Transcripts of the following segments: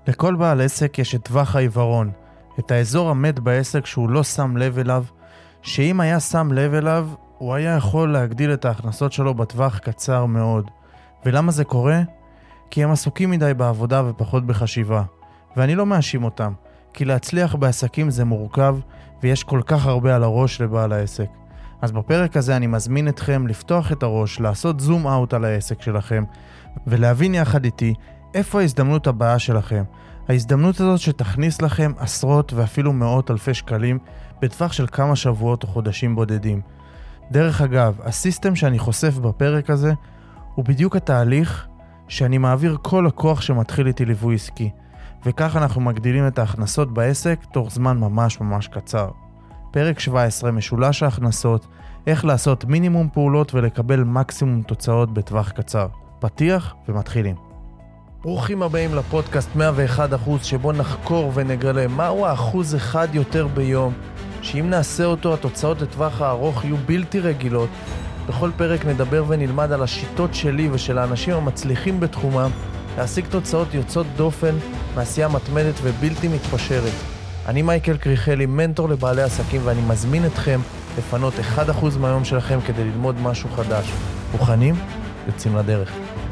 לכל בעל עסק יש את טווח העיוורון, את האזור המת בעסק שהוא לא שם לב אליו, שאם היה שם לב אליו, הוא היה יכול להגדיל את ההכנסות שלו בטווח קצר מאוד. ולמה זה קורה? כי הם עסוקים מדי בעבודה ופחות בחשיבה. ואני לא מאשים אותם, כי להצליח בעסקים זה מורכב, ויש כל כך הרבה על הראש לבעל העסק. אז בפרק הזה אני מזמין אתכם לפתוח את הראש, לעשות זום אאוט על העסק שלכם, ולהבין יחד איתי איפה ההזדמנות הבאה שלכם. ההזדמנות הזאת שתכניס לכם עשרות ואפילו מאות אלפי שקלים בטווח של כמה שבועות או חודשים בודדים. דרך אגב, הסיסטם שאני חושף בפרק הזה הוא בדיוק התהליך שאני מעביר כל לקוח שמתחיל איתי ליווי עסקי, וכך אנחנו מגדילים את ההכנסות בעסק תוך זמן ממש קצר. פרק 17, משולש ההכנסות, איך לעשות מינימום פעולות ולקבל מקסימום תוצאות בטווח קצר. פתיח ומתחילים. ברוכים הבאים לפודקאסט 101%, שבו נחקור ונגלה מהו האחוז אחד יותר ביום, שאם נעשה אותו התוצאות לטווח הארוך יהיו בלתי רגילות. בכל פרק נדבר ונלמד על השיטות שלי ושל האנשים המצליחים בתחומם להשיג תוצאות יוצאות דופן מעשייה מתמדת ובלתי מתפשרת. אני מייקל קריכלי, מנטור לבעלי עסקים, ואני מזמין אתכם לפנות 1% מהיום שלכם כדי ללמוד משהו חדש. מוכנים? יוצאים לדרך.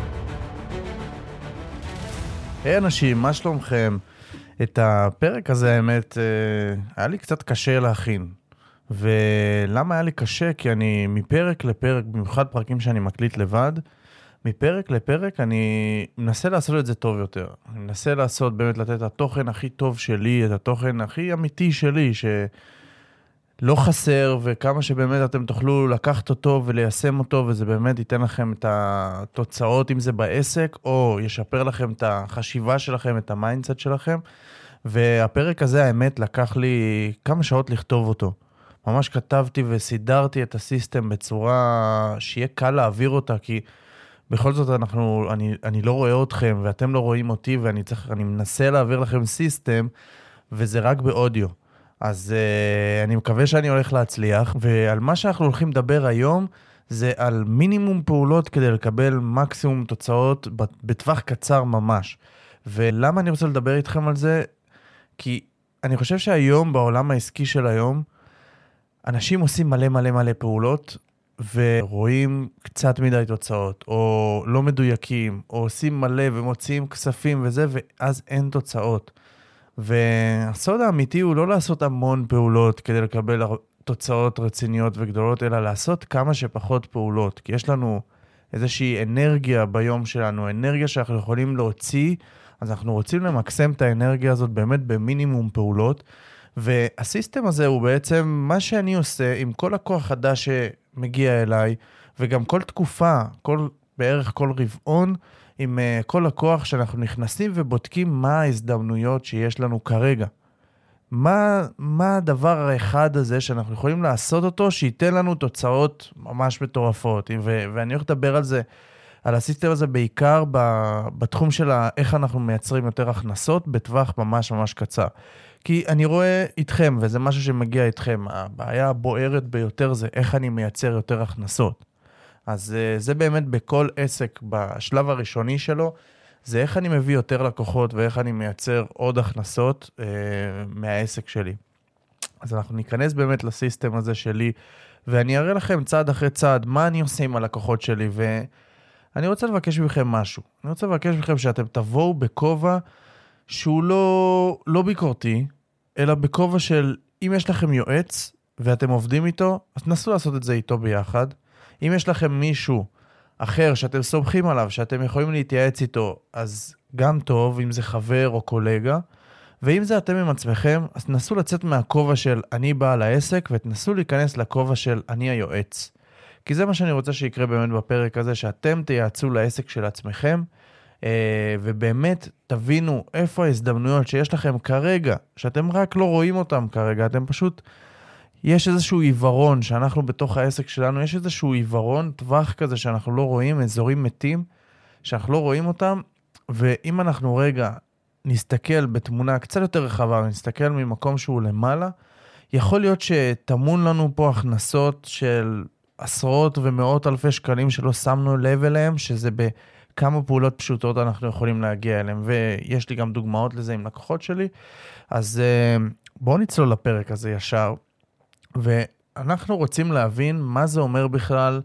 היי אנשים, מה שלומכם? את הפרק הזה, האמת, היה לי קצת קשה להכין. ולמה היה לי קשה? כי אני מפרק לפרק, במיוחד פרקים שאני מקליט לבד, מפרק לפרק אני מנסה לעשות את זה טוב יותר. אני מנסה לעשות, באמת לתת את התוכן הכי טוב שלי, את התוכן הכי אמיתי שלי, שלא חסר, וכמה שבאמת אתם תוכלו לקחת אותו וליישם אותו, וזה באמת ייתן לכם את התוצאות, אם זה בעסק, או ישפר לכם את החשיבה שלכם, את המיינדסט שלכם. והפרק הזה, האמת, לקח לי כמה שעות לכתוב אותו. ממש כתבתי וסידרתי את הסיסטם בצורה שיהיה קל להעביר אותה, כי בכל זאת אני לא רואה אתכם ואתם לא רואים אותי, ואני מנסה להעביר לכם סיסטם, וזה רק באודיו. אז אני מקווה שאני הולך להצליח, ועל מה שאנחנו הולכים לדבר היום, זה על מינימום פעולות כדי לקבל מקסימום תוצאות בטווח קצר ממש. ולמה אני רוצה לדבר איתכם על זה? כי אני חושב שהיום, בעולם העסקי של היום, אנשים עושים מלא פעולות, ורואים קצת מדי תוצאות, או לא מדויקים, או עושים מלא ומוציאים כספים וזה, ואז אין תוצאות. והסוד האמיתי הוא לא לעשות המון פעולות כדי לקבל תוצאות רציניות וגדולות, אלא לעשות כמה שפחות פעולות. כי יש לנו איזושהי אנרגיה ביום שלנו, אנרגיה שאנחנו יכולים להוציא, אז אנחנו רוצים למקסם את האנרגיה הזאת באמת במינימום פעולות, והסיסטם הזה הוא בעצם מה שאני עושה עם כל הכוח חדש שמגיע אליי, וגם כל תקופה, בערך כל רבעון, עם כל הכוח שאנחנו נכנסים ובודקים מה ההזדמנויות שיש לנו כרגע. מה הדבר האחד הזה שאנחנו יכולים לעשות אותו, שייתן לנו תוצאות ממש מטורפות. ואני הולך לדבר על זה, על הסיסטם הזה בעיקר בתחום של איך אנחנו מייצרים יותר הכנסות בטווח ממש קצר. כי אני רואה איתכם, וזה משהו שמגיע איתכם, הבעיה הבוערת ביותר זה איך אני מייצר יותר הכנסות. אז זה באמת בכל עסק, בשלב הראשוני שלו, זה איך אני מביא יותר לקוחות, ואיך אני מייצר עוד הכנסות מהעסק שלי. אז אנחנו ניכנס באמת לסיסטם הזה שלי, ואני אראה לכם צעד אחרי צעד, מה אני עושה עם הלקוחות שלי, ואני רוצה לבקש מכם משהו. אני רוצה לבקש מכם שאתם תבואו בכובע, שהוא לא ביקורתי, אלא בכובע של אם יש לכם יועץ ואתם עובדים איתו, אז נסו לעשות את זה איתו ביחד. אם יש לכם מישהו אחר שאתם סומכים עליו, שאתם יכולים להתייעץ איתו, אז גם טוב, אם זה חבר או קולגה. ואם זה אתם עם עצמכם, אז נסו לצאת מהכובע של אני בעל העסק, ותנסו להיכנס לכובע של אני היועץ. כי זה מה שאני רוצה שיקרה באמת בפרק הזה, שאתם תייעצו לעסק של עצמכם, ובאמת תבינו איפה ההזדמנויות שיש לכם כרגע, שאתם רק לא רואים אותם כרגע, אתם פשוט, יש איזשהו עיוורון שאנחנו בתוך העסק שלנו, יש איזשהו עיוורון, טווח כזה שאנחנו לא רואים, אזורים מתים, שאנחנו לא רואים אותם, ואם אנחנו רגע נסתכל בתמונה קצת יותר רחבה, ונסתכל ממקום שהוא למעלה, יכול להיות שתמון לנו פה הכנסות של עשרות ומאות אלפי שקלים שלא שמנו לב אליהם, שזה כמה פעולות פשוטות אנחנו יכולים להגיע אליהם, ויש לי גם דוגמאות לזה עם לקוחות שלי. אז בואו נצלול לפרק הזה ישר, ואנחנו רוצים להבין מה זה אומר בכלל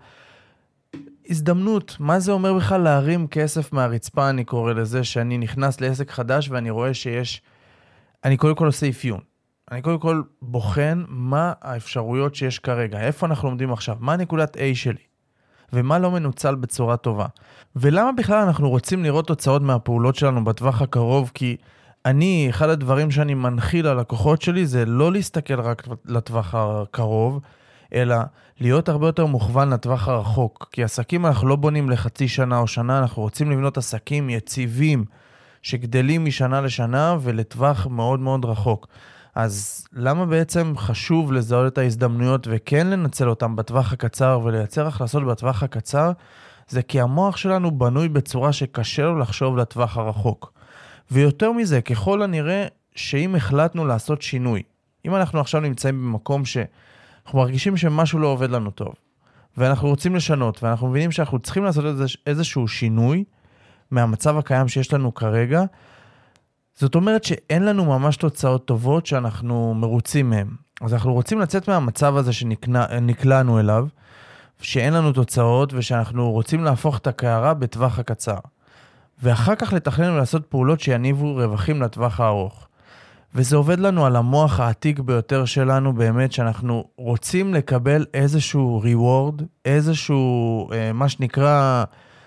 הזדמנות, מה זה אומר בכלל להרים כסף מהרצפה, אני קורא לזה, שאני נכנס לעסק חדש ואני רואה שיש, אני קודם כל עושה אפיון. אני קודם כל בוחן מה האפשרויות שיש כרגע, איפה אנחנו עומדים עכשיו, מה נקודת A שלי, ומה לא מנוצל בצורה טובה. ולמה בכלל אנחנו רוצים לראות תוצאות מהפעולות שלנו בטווח הקרוב, כי אחד הדברים שאני מנחיל ללקוחות שלי זה לא להסתכל רק לטווח הקרוב, אלא להיות הרבה יותר מוכוון לטווח הרחוק. כי עסקים אנחנו לא בונים לחצי שנה או שנה, אנחנו רוצים לבנות עסקים יציבים, שגדלים משנה לשנה ולטווח מאוד מאוד רחוק. אז למה בעצם חשוב לזהות את ההזדמנויות וכן לנצל אותם בטווח הקצר ולייצר הכנסות בטווח הקצר? זה כי המוח שלנו בנוי בצורה שקשה לו לחשוב לטווח הרחוק. ויותר מזה, ככל הנראה שאם החלטנו לעשות שינוי, אם אנחנו עכשיו נמצאים במקום שאנחנו מרגישים שמשהו לא עובד לנו טוב, ואנחנו רוצים לשנות, ואנחנו מבינים שאנחנו צריכים לעשות איזשהו שינוי מהמצב הקיים שיש לנו כרגע, זאת אומרת שאין לנו ממש תוצאות טובות שאנחנו מרוצים מהם. אז אנחנו רוצים לצאת מהמצב הזה שנקלענו אליו, שאין לנו תוצאות ושאנחנו רוצים להפוך את הקערה בטווח הקצר. ואחר כך לתכנן ולעשות פעולות שיניבו רווחים לטווח הארוך. וזה עובד לנו על המוח העתיק ביותר שלנו באמת, שאנחנו רוצים לקבל איזשהו reward, איזשהו מה שנקרא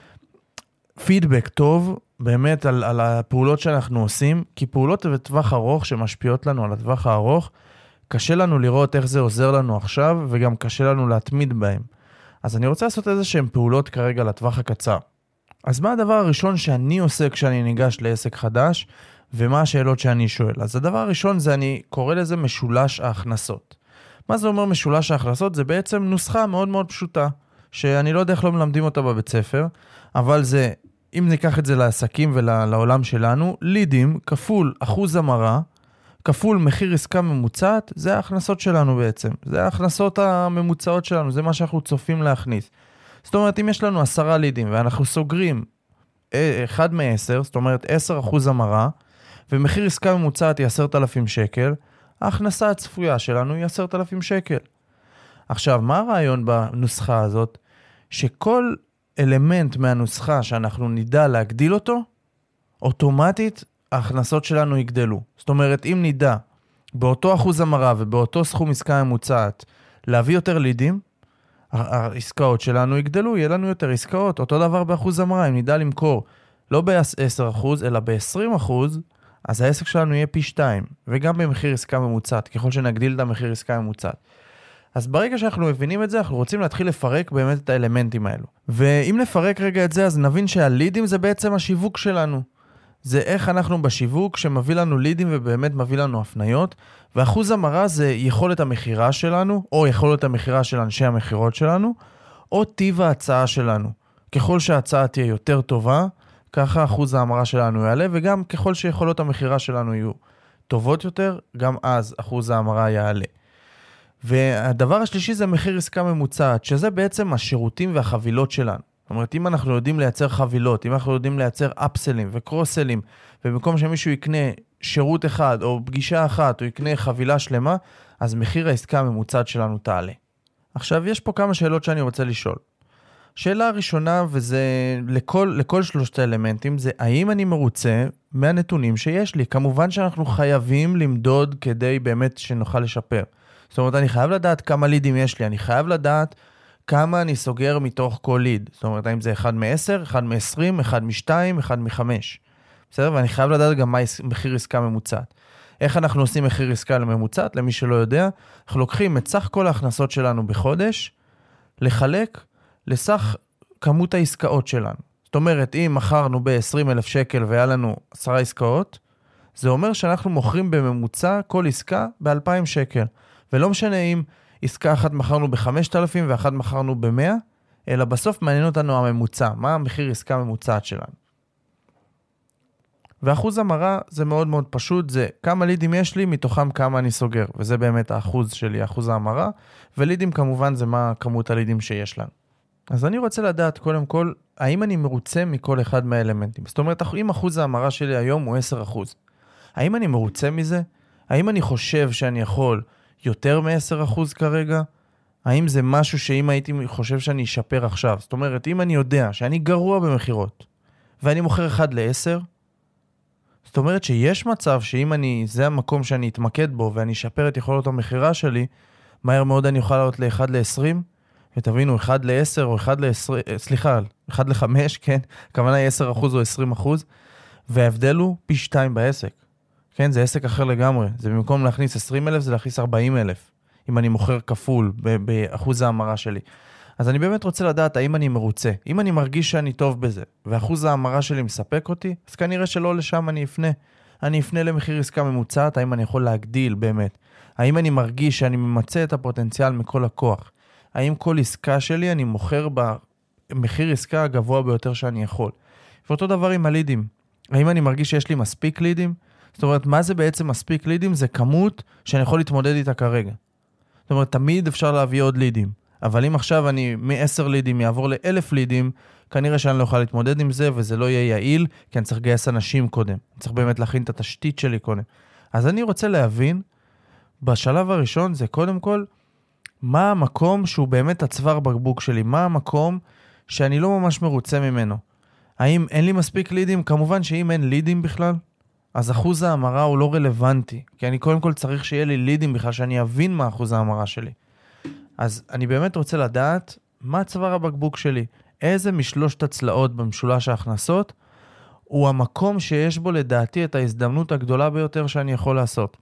פידבק טוב, באמת על הפעולות שאנחנו עושים, כי פעולות בטווח ארוך שמשפיעות לנו על הטווח הארוך, קשה לנו לראות איך זה עוזר לנו עכשיו, וגם קשה לנו להתמיד בהם. אז אני רוצה לעשות איזשהם פעולות כרגע לטווח הקצר. אז מה הדבר הראשון שאני עושה כשאני ניגש לעסק חדש, ומה השאלות שאני שואל? אז הדבר הראשון זה, אני קורא לזה משולש ההכנסות. מה זה אומר משולש ההכנסות? זה בעצם נוסחה מאוד מאוד פשוטה, שאני לא יודע איך לא מלמדים אותה בבית ספר, אבל זה, אם ניקח את זה לעסקים ולעולם שלנו, לידים כפול אחוז המרה, כפול מחיר עסקה ממוצעת, זה ההכנסות שלנו בעצם. זה ההכנסות הממוצעות שלנו, זה מה שאנחנו צופים להכניס. זאת אומרת, אם יש לנו 10 לידים ואנחנו סוגרים 1 מ-10, זאת אומרת 10% המרה, ומחיר עסקה ממוצעת היא 10,000 שקל, ההכנסה הצפויה שלנו היא 10,000 שקל. עכשיו, מה הרעיון בנוסחה הזאת? שכל אלמנט מהנוסחה שאנחנו נדע להגדיל אותו, אוטומטית ההכנסות שלנו יגדלו. זאת אומרת, אם נדע באותו אחוז המרה ובאותו סכום עסקה ממוצעת להביא יותר לידים, העסקאות שלנו יגדלו, יהיה לנו יותר עסקאות. אותו דבר באחוז המרה, אם נדע למכור לא ב-10% אלא ב-20%, אז העסק שלנו יהיה פי 2, וגם במחיר עסקה ממוצעת, ככל שנגדיל את המחיר עסקה ממוצעת. אז ברגע שאנחנו מבינים את זה, אנחנו רוצים להתחיל לפרק באמת את האלמנטים האלו. ואם נפרק רגע את זה, אז נבין שהלידים זה בעצם השיווק שלנו. זה איך אנחנו בשיווק שמביא לנו לידים ובאמת מביא לנו הפניות, ואחוז המרה זה יכולת המחירה שלנו, או יכולת המחירה של אנשי המחירות שלנו, או טיב ההצעה שלנו. ככל שההצעה תהיה יותר טובה, ככה אחוז ההמרה שלנו יעלה, וגם ככל שיכולות המחירה שלנו יהיו טובות יותר, גם אז אחוז ההמרה יעלה. והדבר השלישי זה מחיר עסקה ממוצעת, שזה בעצם השירותים והחבילות שלנו. זאת אומרת, אם אנחנו יודעים לייצר חבילות, אם אנחנו יודעים לייצר אפסלים וקרוסלים, ובמקום שמישהו יקנה שירות אחד או פגישה אחת, או יקנה חבילה שלמה, אז מחיר העסקה הממוצעת שלנו תעלה. עכשיו, יש פה כמה שאלות שאני רוצה לשאול. שאלה הראשונה, וזה לכל שלושת האלמנטים, זה האם אני מרוצה מהנתונים שיש לי? כמובן שאנחנו חייבים למדוד כדי באמת שנוכל לשפר. זאת אומרת, אני חייב לדעת כמה לידים יש לי, אני חייב לדעת כמה אני סוגר מתוך כל ליד. זאת אומרת, האם זה 1 מ-10, 1 מ-20, 1 מ-2, 1 מ-5. בסדר? ואני חייב לדעת גם מה מחיר עסקה ממוצעת. איך אנחנו עושים מחיר עסקה לממוצעת? למי שלא יודע, אנחנו לוקחים את סך כל ההכנסות שלנו בחודש, לחלק לסך כמות העסקאות שלנו. זאת אומרת, אם מכרנו ב-20,000 שקל והיה לנו 10 עסקאות, זה אומר שאנחנו מוכרים בממוצע כל עסקה ב-2,000 שקל. ולא משנה אם עסקה אחת מכרנו ב-5,000 ואחת מכרנו ב-100, אלא בסוף מעניין אותנו הממוצע, מה המחיר עסקה ממוצעת שלנו. ואחוז המרה זה מאוד מאוד פשוט, זה כמה לידים יש לי, מתוכם כמה אני סוגר, וזה באמת האחוז שלי, אחוז המרה, ולידים כמובן זה מה כמות הלידים שיש לנו. אז אני רוצה לדעת קודם כל, האם אני מרוצה מכל אחד מהאלמנטים? זאת אומרת, אם אחוז ההמרה שלי היום הוא 10%, האם אני מרוצה מזה? האם אני חושב שאני יכול יותר מ-10% כרגע? האם זה משהו שאם הייתי חושב שאני אשפר עכשיו? זאת אומרת, אם אני יודע שאני גרוע במחירות, ואני מוכר 1 ל-10, זאת אומרת שיש מצב שאם זה המקום שאני אתמקד בו, ואני אשפר את יכולות המחירה שלי, מהר מאוד אני אוכל לעלות ל-1 ל-20, ותבינו, 1 ל-10 או 1 ל-20, סליחה, 1 ל-5, כן? הכוונה היא 10% או 20%, וההבדל הוא פי 2 בעסק. כן, זה עסק אחר לגמרי. זה במקום להכניס 20,000, זה להכניס 40,000, אם אני מוכר כפול באחוז ההמרה שלי. אז אני באמת רוצה לדעת האם אני מרוצה. אם אני מרגיש שאני טוב בזה, ואחוז ההמרה שלי מספק אותי, אז כנראה שלא לשם אני אפנה. אני אפנה למחיר עסקה ממוצעת, האם אני יכול להגדיל באמת. האם אני מרגיש שאני ממצא את הפוטנציאל מכל הכוח. האם כל עסקה שלי אני מוכר במחיר עסקה הגבוה ביותר שאני יכול. ואותו דבר עם הלידים. האם אני מרגיש שיש לי מספיק לידים? זאת אומרת, מה זה בעצם מספיק לידים? זה כמות שאני יכול להתמודד איתה כרגע. זאת אומרת, תמיד אפשר להביא עוד לידים. אבל אם עכשיו אני מ-10 לידים יעבור ל-1,000 לידים, כנראה שאני לא אוכל להתמודד עם זה, וזה לא יהיה יעיל, כי אני צריך לגייס אנשים קודם. אני צריך באמת להכין את התשתית שלי קודם. אז אני רוצה להבין, בשלב הראשון זה קודם כל, מה המקום שהוא באמת הצוואר בקבוק שלי? מה המקום שאני לא ממש מרוצה ממנו? האם אין לי מספיק לידים? כמובן שאם אין לידים בכלל, אז אחוז ההמרה הוא לא רלוונטי. כי אני קודם כל צריך שיהיה לי לידים בכלל, שאני אבין מה אחוז ההמרה שלי. אז אני באמת רוצה לדעת מה צוואר הבקבוק שלי. איזה משלושת הצלעות במשולש ההכנסות הוא המקום שיש בו לדעתי את ההזדמנות הגדולה ביותר שאני יכול לעשות.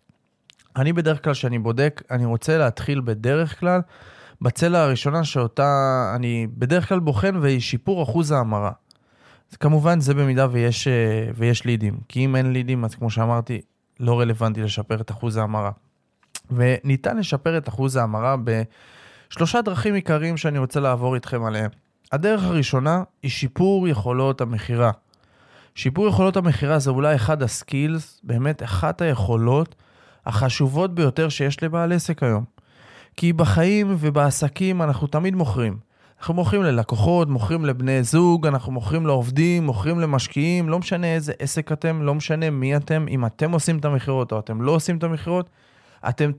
אני בדרך כלל שאני בודק, אני רוצה להתחיל בדרך כלל בצלע הראשונה שאותה אני בדרך כלל בוחן והיא שיפור אחוז ההמרה. אז כמובן זה במידה ויש לידים, כי אם אין לידים אז כמו שאמרתי לא רלוונטי לשפר את אחוז ההמרה. וניתן לשפר את אחוז ההמרה בשלושה דרכים עיקריים שאני רוצה לעבור איתכם עליהם. הדרך הראשונה היא שיפור יכולות המחירה. שיפור יכולות המחירה זה אולי אחד הסקילס, באמת אחת היכולות החשובות ביותר שיש לבעל עסק היום. כי בחיים ובעסקים אנחנו תמיד מוכרים. אנחנו מוכרים ללקוחות, מוכרים לבני זוג, אנחנו מוכרים לעובדים, מוכרים למשקיעים, לא משנה איזה עסק אתם, לא משנה מי אתם, אם אתם עושים את המחירות או אתם לא עושים את המחירות, אתם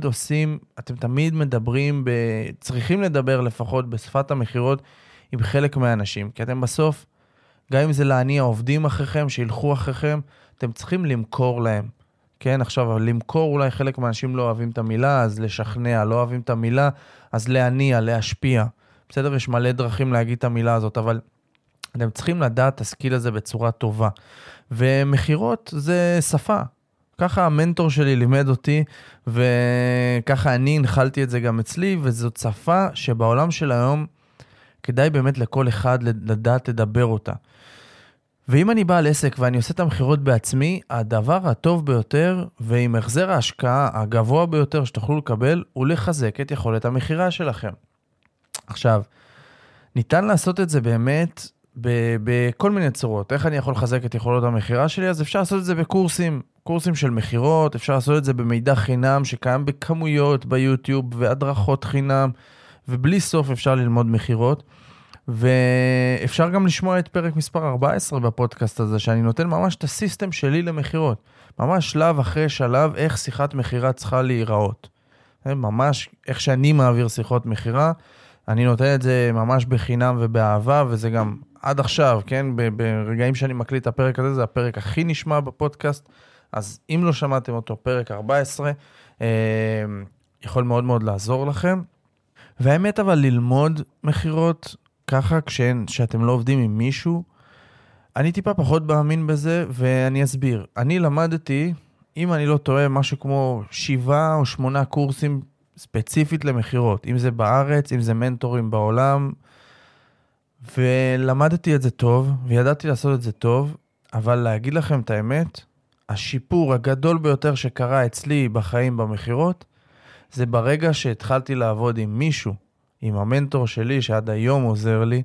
תמיד מדברים, צריכים לדבר לפחות בשפת המחירות עם חלק מהאנשים, כי אתם בסוף, גם אם זה להניע עובדים אחריכם, שילכו אחריכם, אתם צריכים למכור להם. כן, עכשיו, למכור אולי חלק מהאנשים לא אוהבים את המילה, אז לשכנע, לא אוהבים את המילה, אז להניע, להשפיע. בסדר, יש מלא דרכים להגיד את המילה הזאת, אבל אתם צריכים לדעת את הסקיל הזה בצורה טובה. ומחירות זה שפה. ככה המנטור שלי לימד אותי, וככה אני הנחלתי את זה גם אצלי, וזאת שפה שבעולם של היום כדאי באמת לכל אחד לדעת לדבר אותה. ואם אני בעל עסק ואני עושה את המחירות בעצמי, הדבר הטוב ביותר, ועם החזר ההשקעה הגבוה ביותר שתוכלו לקבל, הוא לחזק את יכולת המחירה שלכם. עכשיו, ניתן לעשות את זה באמת בכל מיני צורות. איך אני יכול לחזק את יכולות המחירה שלי? אז אפשר לעשות את זה בקורסים, קורסים של מחירות, אפשר לעשות את זה במידע חינם שקיים בכמויות ביוטיוב והדרכות חינם, ובלי סוף אפשר ללמוד מחירות. ואפשר גם לשמוע את פרק מספר 14 בפודקאסט הזה, שאני נותן ממש את הסיסטם שלי למחירות. ממש שלב אחרי שלב, איך שיחת מחירה צריכה להיראות. ממש איך שאני מעביר שיחות מחירה, אני נותן את זה ממש בחינם ובאהבה, וזה גם עד עכשיו, כן? ברגעים שאני מקליט את הפרק הזה, זה הפרק הכי נשמע בפודקאסט, אז אם לא שמעתם אותו, פרק 14, יכול מאוד מאוד לעזור לכם. והאמת אבל ללמוד מחירות, ככה כשאתם לא עובדים עם מישהו, אני טיפה פחות מאמין בזה, ואני אסביר. אני למדתי, אם אני לא טועה, משהו כמו 7 או 8 קורסים ספציפית למחירות, אם זה בארץ, אם זה מנטורים בעולם, ולמדתי את זה טוב, וידעתי לעשות את זה טוב, אבל להגיד לכם את האמת, השיפור הגדול ביותר שקרה אצלי בחיים במחירות, זה ברגע שהתחלתי לעבוד עם מישהו, עם המנטור שלי שעד היום עוזר לי,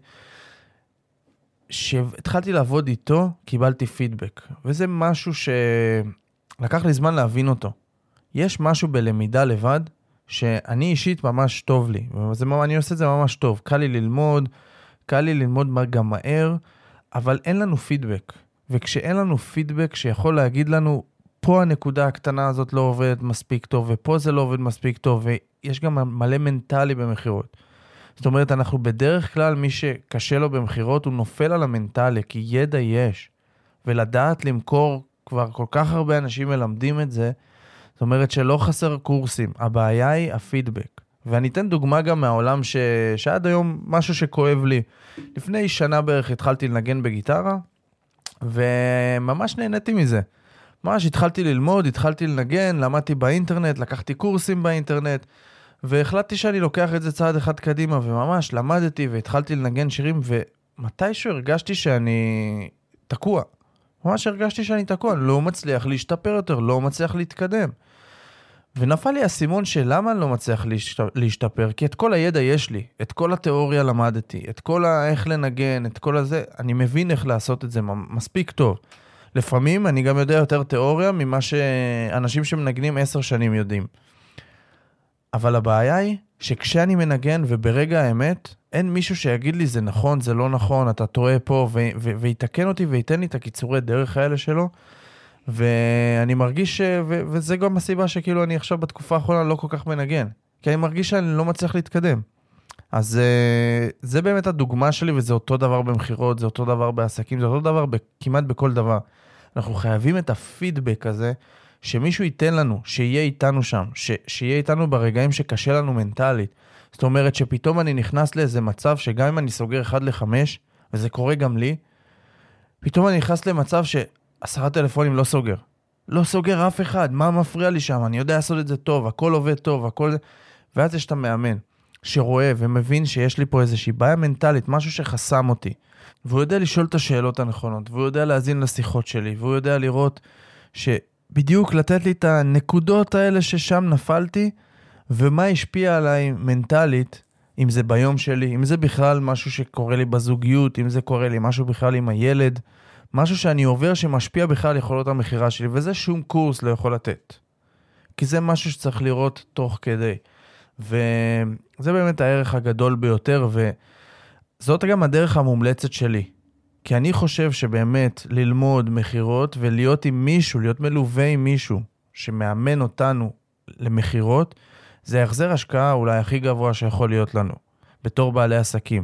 שהתחלתי לעבוד איתו, קיבלתי פידבק. וזה משהו שלקח לי זמן להבין אותו. יש משהו בלמידה לבד, שאני אישית ממש טוב לי, אני עושה את זה ממש טוב, קל לי ללמוד גם מהר, אבל אין לנו פידבק, וכשאין לנו פידבק שיכול להגיד לנו, פה הנקודה הקטנה הזאת לא עובדת מספיק טוב, ופה זה לא עובד מספיק טוב, ויש גם מלא מנטלי במחירות. זאת אומרת, אנחנו בדרך כלל, מי שקשה לו במחירות, הוא נופל על המנטלי, כי ידע יש, ולדעת למכור, כבר כל כך הרבה אנשים מלמדים את זה, זאת אומרת שלא חסר קורסים, הבעיה היא הפידבק. ואני אתן דוגמה גם מהעולם שעד היום משהו שכואב לי. לפני שנה בערך התחלתי לנגן בגיטרה, וממש נהניתי מזה. ממש התחלתי ללמוד, התחלתי לנגן, למדתי באינטרנט, לקחתי קורסים באינטרנט, והחלטתי שאני לוקח את זה צעד אחד קדימה, וממש למדתי והתחלתי לנגן שירים, ומתישהו הרגשתי שאני תקוע. ממש הרגשתי שאני תקוע, לא מצליח להשתפר יותר, לא מצליח להתקדם. ונפל לי הסימון של למה אני לא מצליח להשתפר, כי את כל הידע יש לי, את כל התיאוריה למדתי, את כל איך לנגן, את כל הזה, אני מבין איך לעשות את זה מספיק טוב. לפעמים אני גם יודע יותר תיאוריה ממה שאנשים שמנגנים 10 שנים יודעים. אבל הבעיה היא שכשאני מנגן וברגע האמת, אין מישהו שיגיד לי זה נכון, זה לא נכון, אתה טועה פה, ויתקן אותי וייתן לי את הקיצורי דרך האלה שלו, ואני מרגיש, וזה גם הסיבה שכאילו אני עכשיו בתקופה האחרונה לא כל כך מנגן, כי אני מרגיש שאני לא מצליח להתקדם. אז זה באמת הדוגמה שלי, וזה אותו דבר במחירות, זה אותו דבר בעסקים, זה אותו דבר כמעט בכל דבר. אנחנו חייבים את הפידבק הזה, שמישהו ייתן לנו, שיהיה איתנו שם, שיהיה איתנו ברגעים שקשה לנו מנטלית. זאת אומרת שפתאום אני נכנס לאיזה מצב שגם אם אני סוגר 1-5, וזה קורה גם לי, פתאום אני נכנס למצב ש10 טלפונים לא סוגר. לא סוגר אף אחד, מה מפריע לי שם? אני יודע לעשות את זה טוב, הכל עובד טוב, הכל... ואז יש את המאמן שרואה ומבין שיש לי פה איזושהי בעיה מנטלית, משהו שחסם אותי. והוא יודע לשאול את השאלות הנכונות, והוא יודע להזין לשיחות שלי, והוא יודע לראות שבדיוק לתת לי את הנקודות האלה ששם נפלתי, ומה השפיע עליי מנטלית, אם זה ביום שלי, אם זה בכלל משהו שקורה לי בזוגיות, אם זה קורה לי משהו בכלל עם הילד, משהו שאני עובר שמשפיע בכלל על יכולות המחירה שלי, וזה שום קורס לא יכול לתת. כי זה משהו שצריך לראות תוך כדי. וזה באמת הערך הגדול ביותר, וזאת גם הדרך המומלצת שלי. כי אני חושב שבאמת ללמוד מחירות ולהיות עם מישהו, להיות מלווה עם מישהו שמאמן אותנו למחירות, זה יחזר השקעה אולי הכי גבוה שיכול להיות לנו, בתור בעלי עסקים.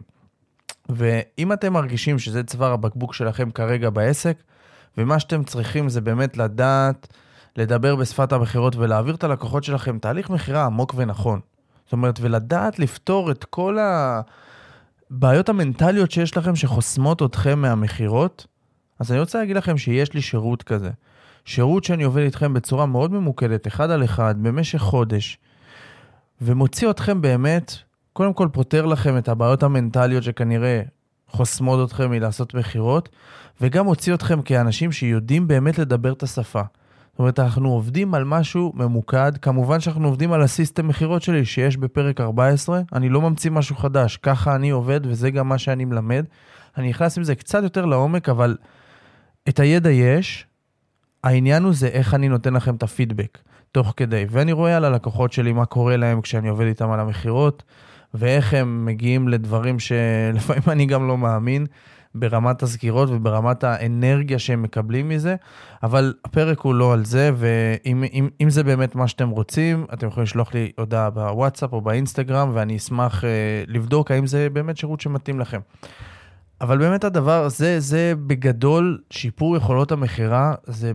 ואם אתם מרגישים שזה צוואר הבקבוק שלכם כרגע בעסק, ומה שאתם צריכים זה באמת לדעת, לדבר בשפת המחירות ולהעביר את הלקוחות שלכם תהליך מחירה עמוק ונכון. זאת אומרת, ולדעת לפתור את כל הבעיות המנטליות שיש לכם שחוסמות אתכם מהמחירות, אז אני רוצה להגיד לכם שיש לי שירות כזה. שירות שאני עובד איתכם בצורה מאוד ממוקדת, 1 על 1, במשך חודש, ומוציא אתכם באמת, קודם כל פותר לכם את הבעיות המנטליות שכנראה חוסמות אתכם מלעשות מחירות, וגם מוציא אתכם כאנשים שיודעים באמת לדבר את השפה. זאת אומרת, אנחנו עובדים על משהו ממוקד, כמובן שאנחנו עובדים על הסיסטם מחירות שלי שיש בפרק 14, אני לא ממציא משהו חדש, ככה אני עובד וזה גם מה שאני מלמד. אני נכנס עם זה קצת יותר לעומק, אבל את הידע יש, העניין הוא זה איך אני נותן לכם את הפידבק, תוך כדי, ואני רואה על הלקוחות שלי מה קורה להם כשאני עובד איתם על המחירות, ואיך הם מגיעים לדברים שלפעמים אני גם לא מאמין, ברמת הסגירות וברמת האנרגיה שהם מקבלים מזה, אבל הפרק הוא לא על זה, ואם זה באמת מה שאתם רוצים, אתם יכולים לשלוח לי הודעה בוואטסאפ או באינסטגרם, ואני אשמח לבדוק האם זה באמת שירות שמתאים לכם. אבל באמת הדבר, זה בגדול, שיפור יכולות המחירה, זה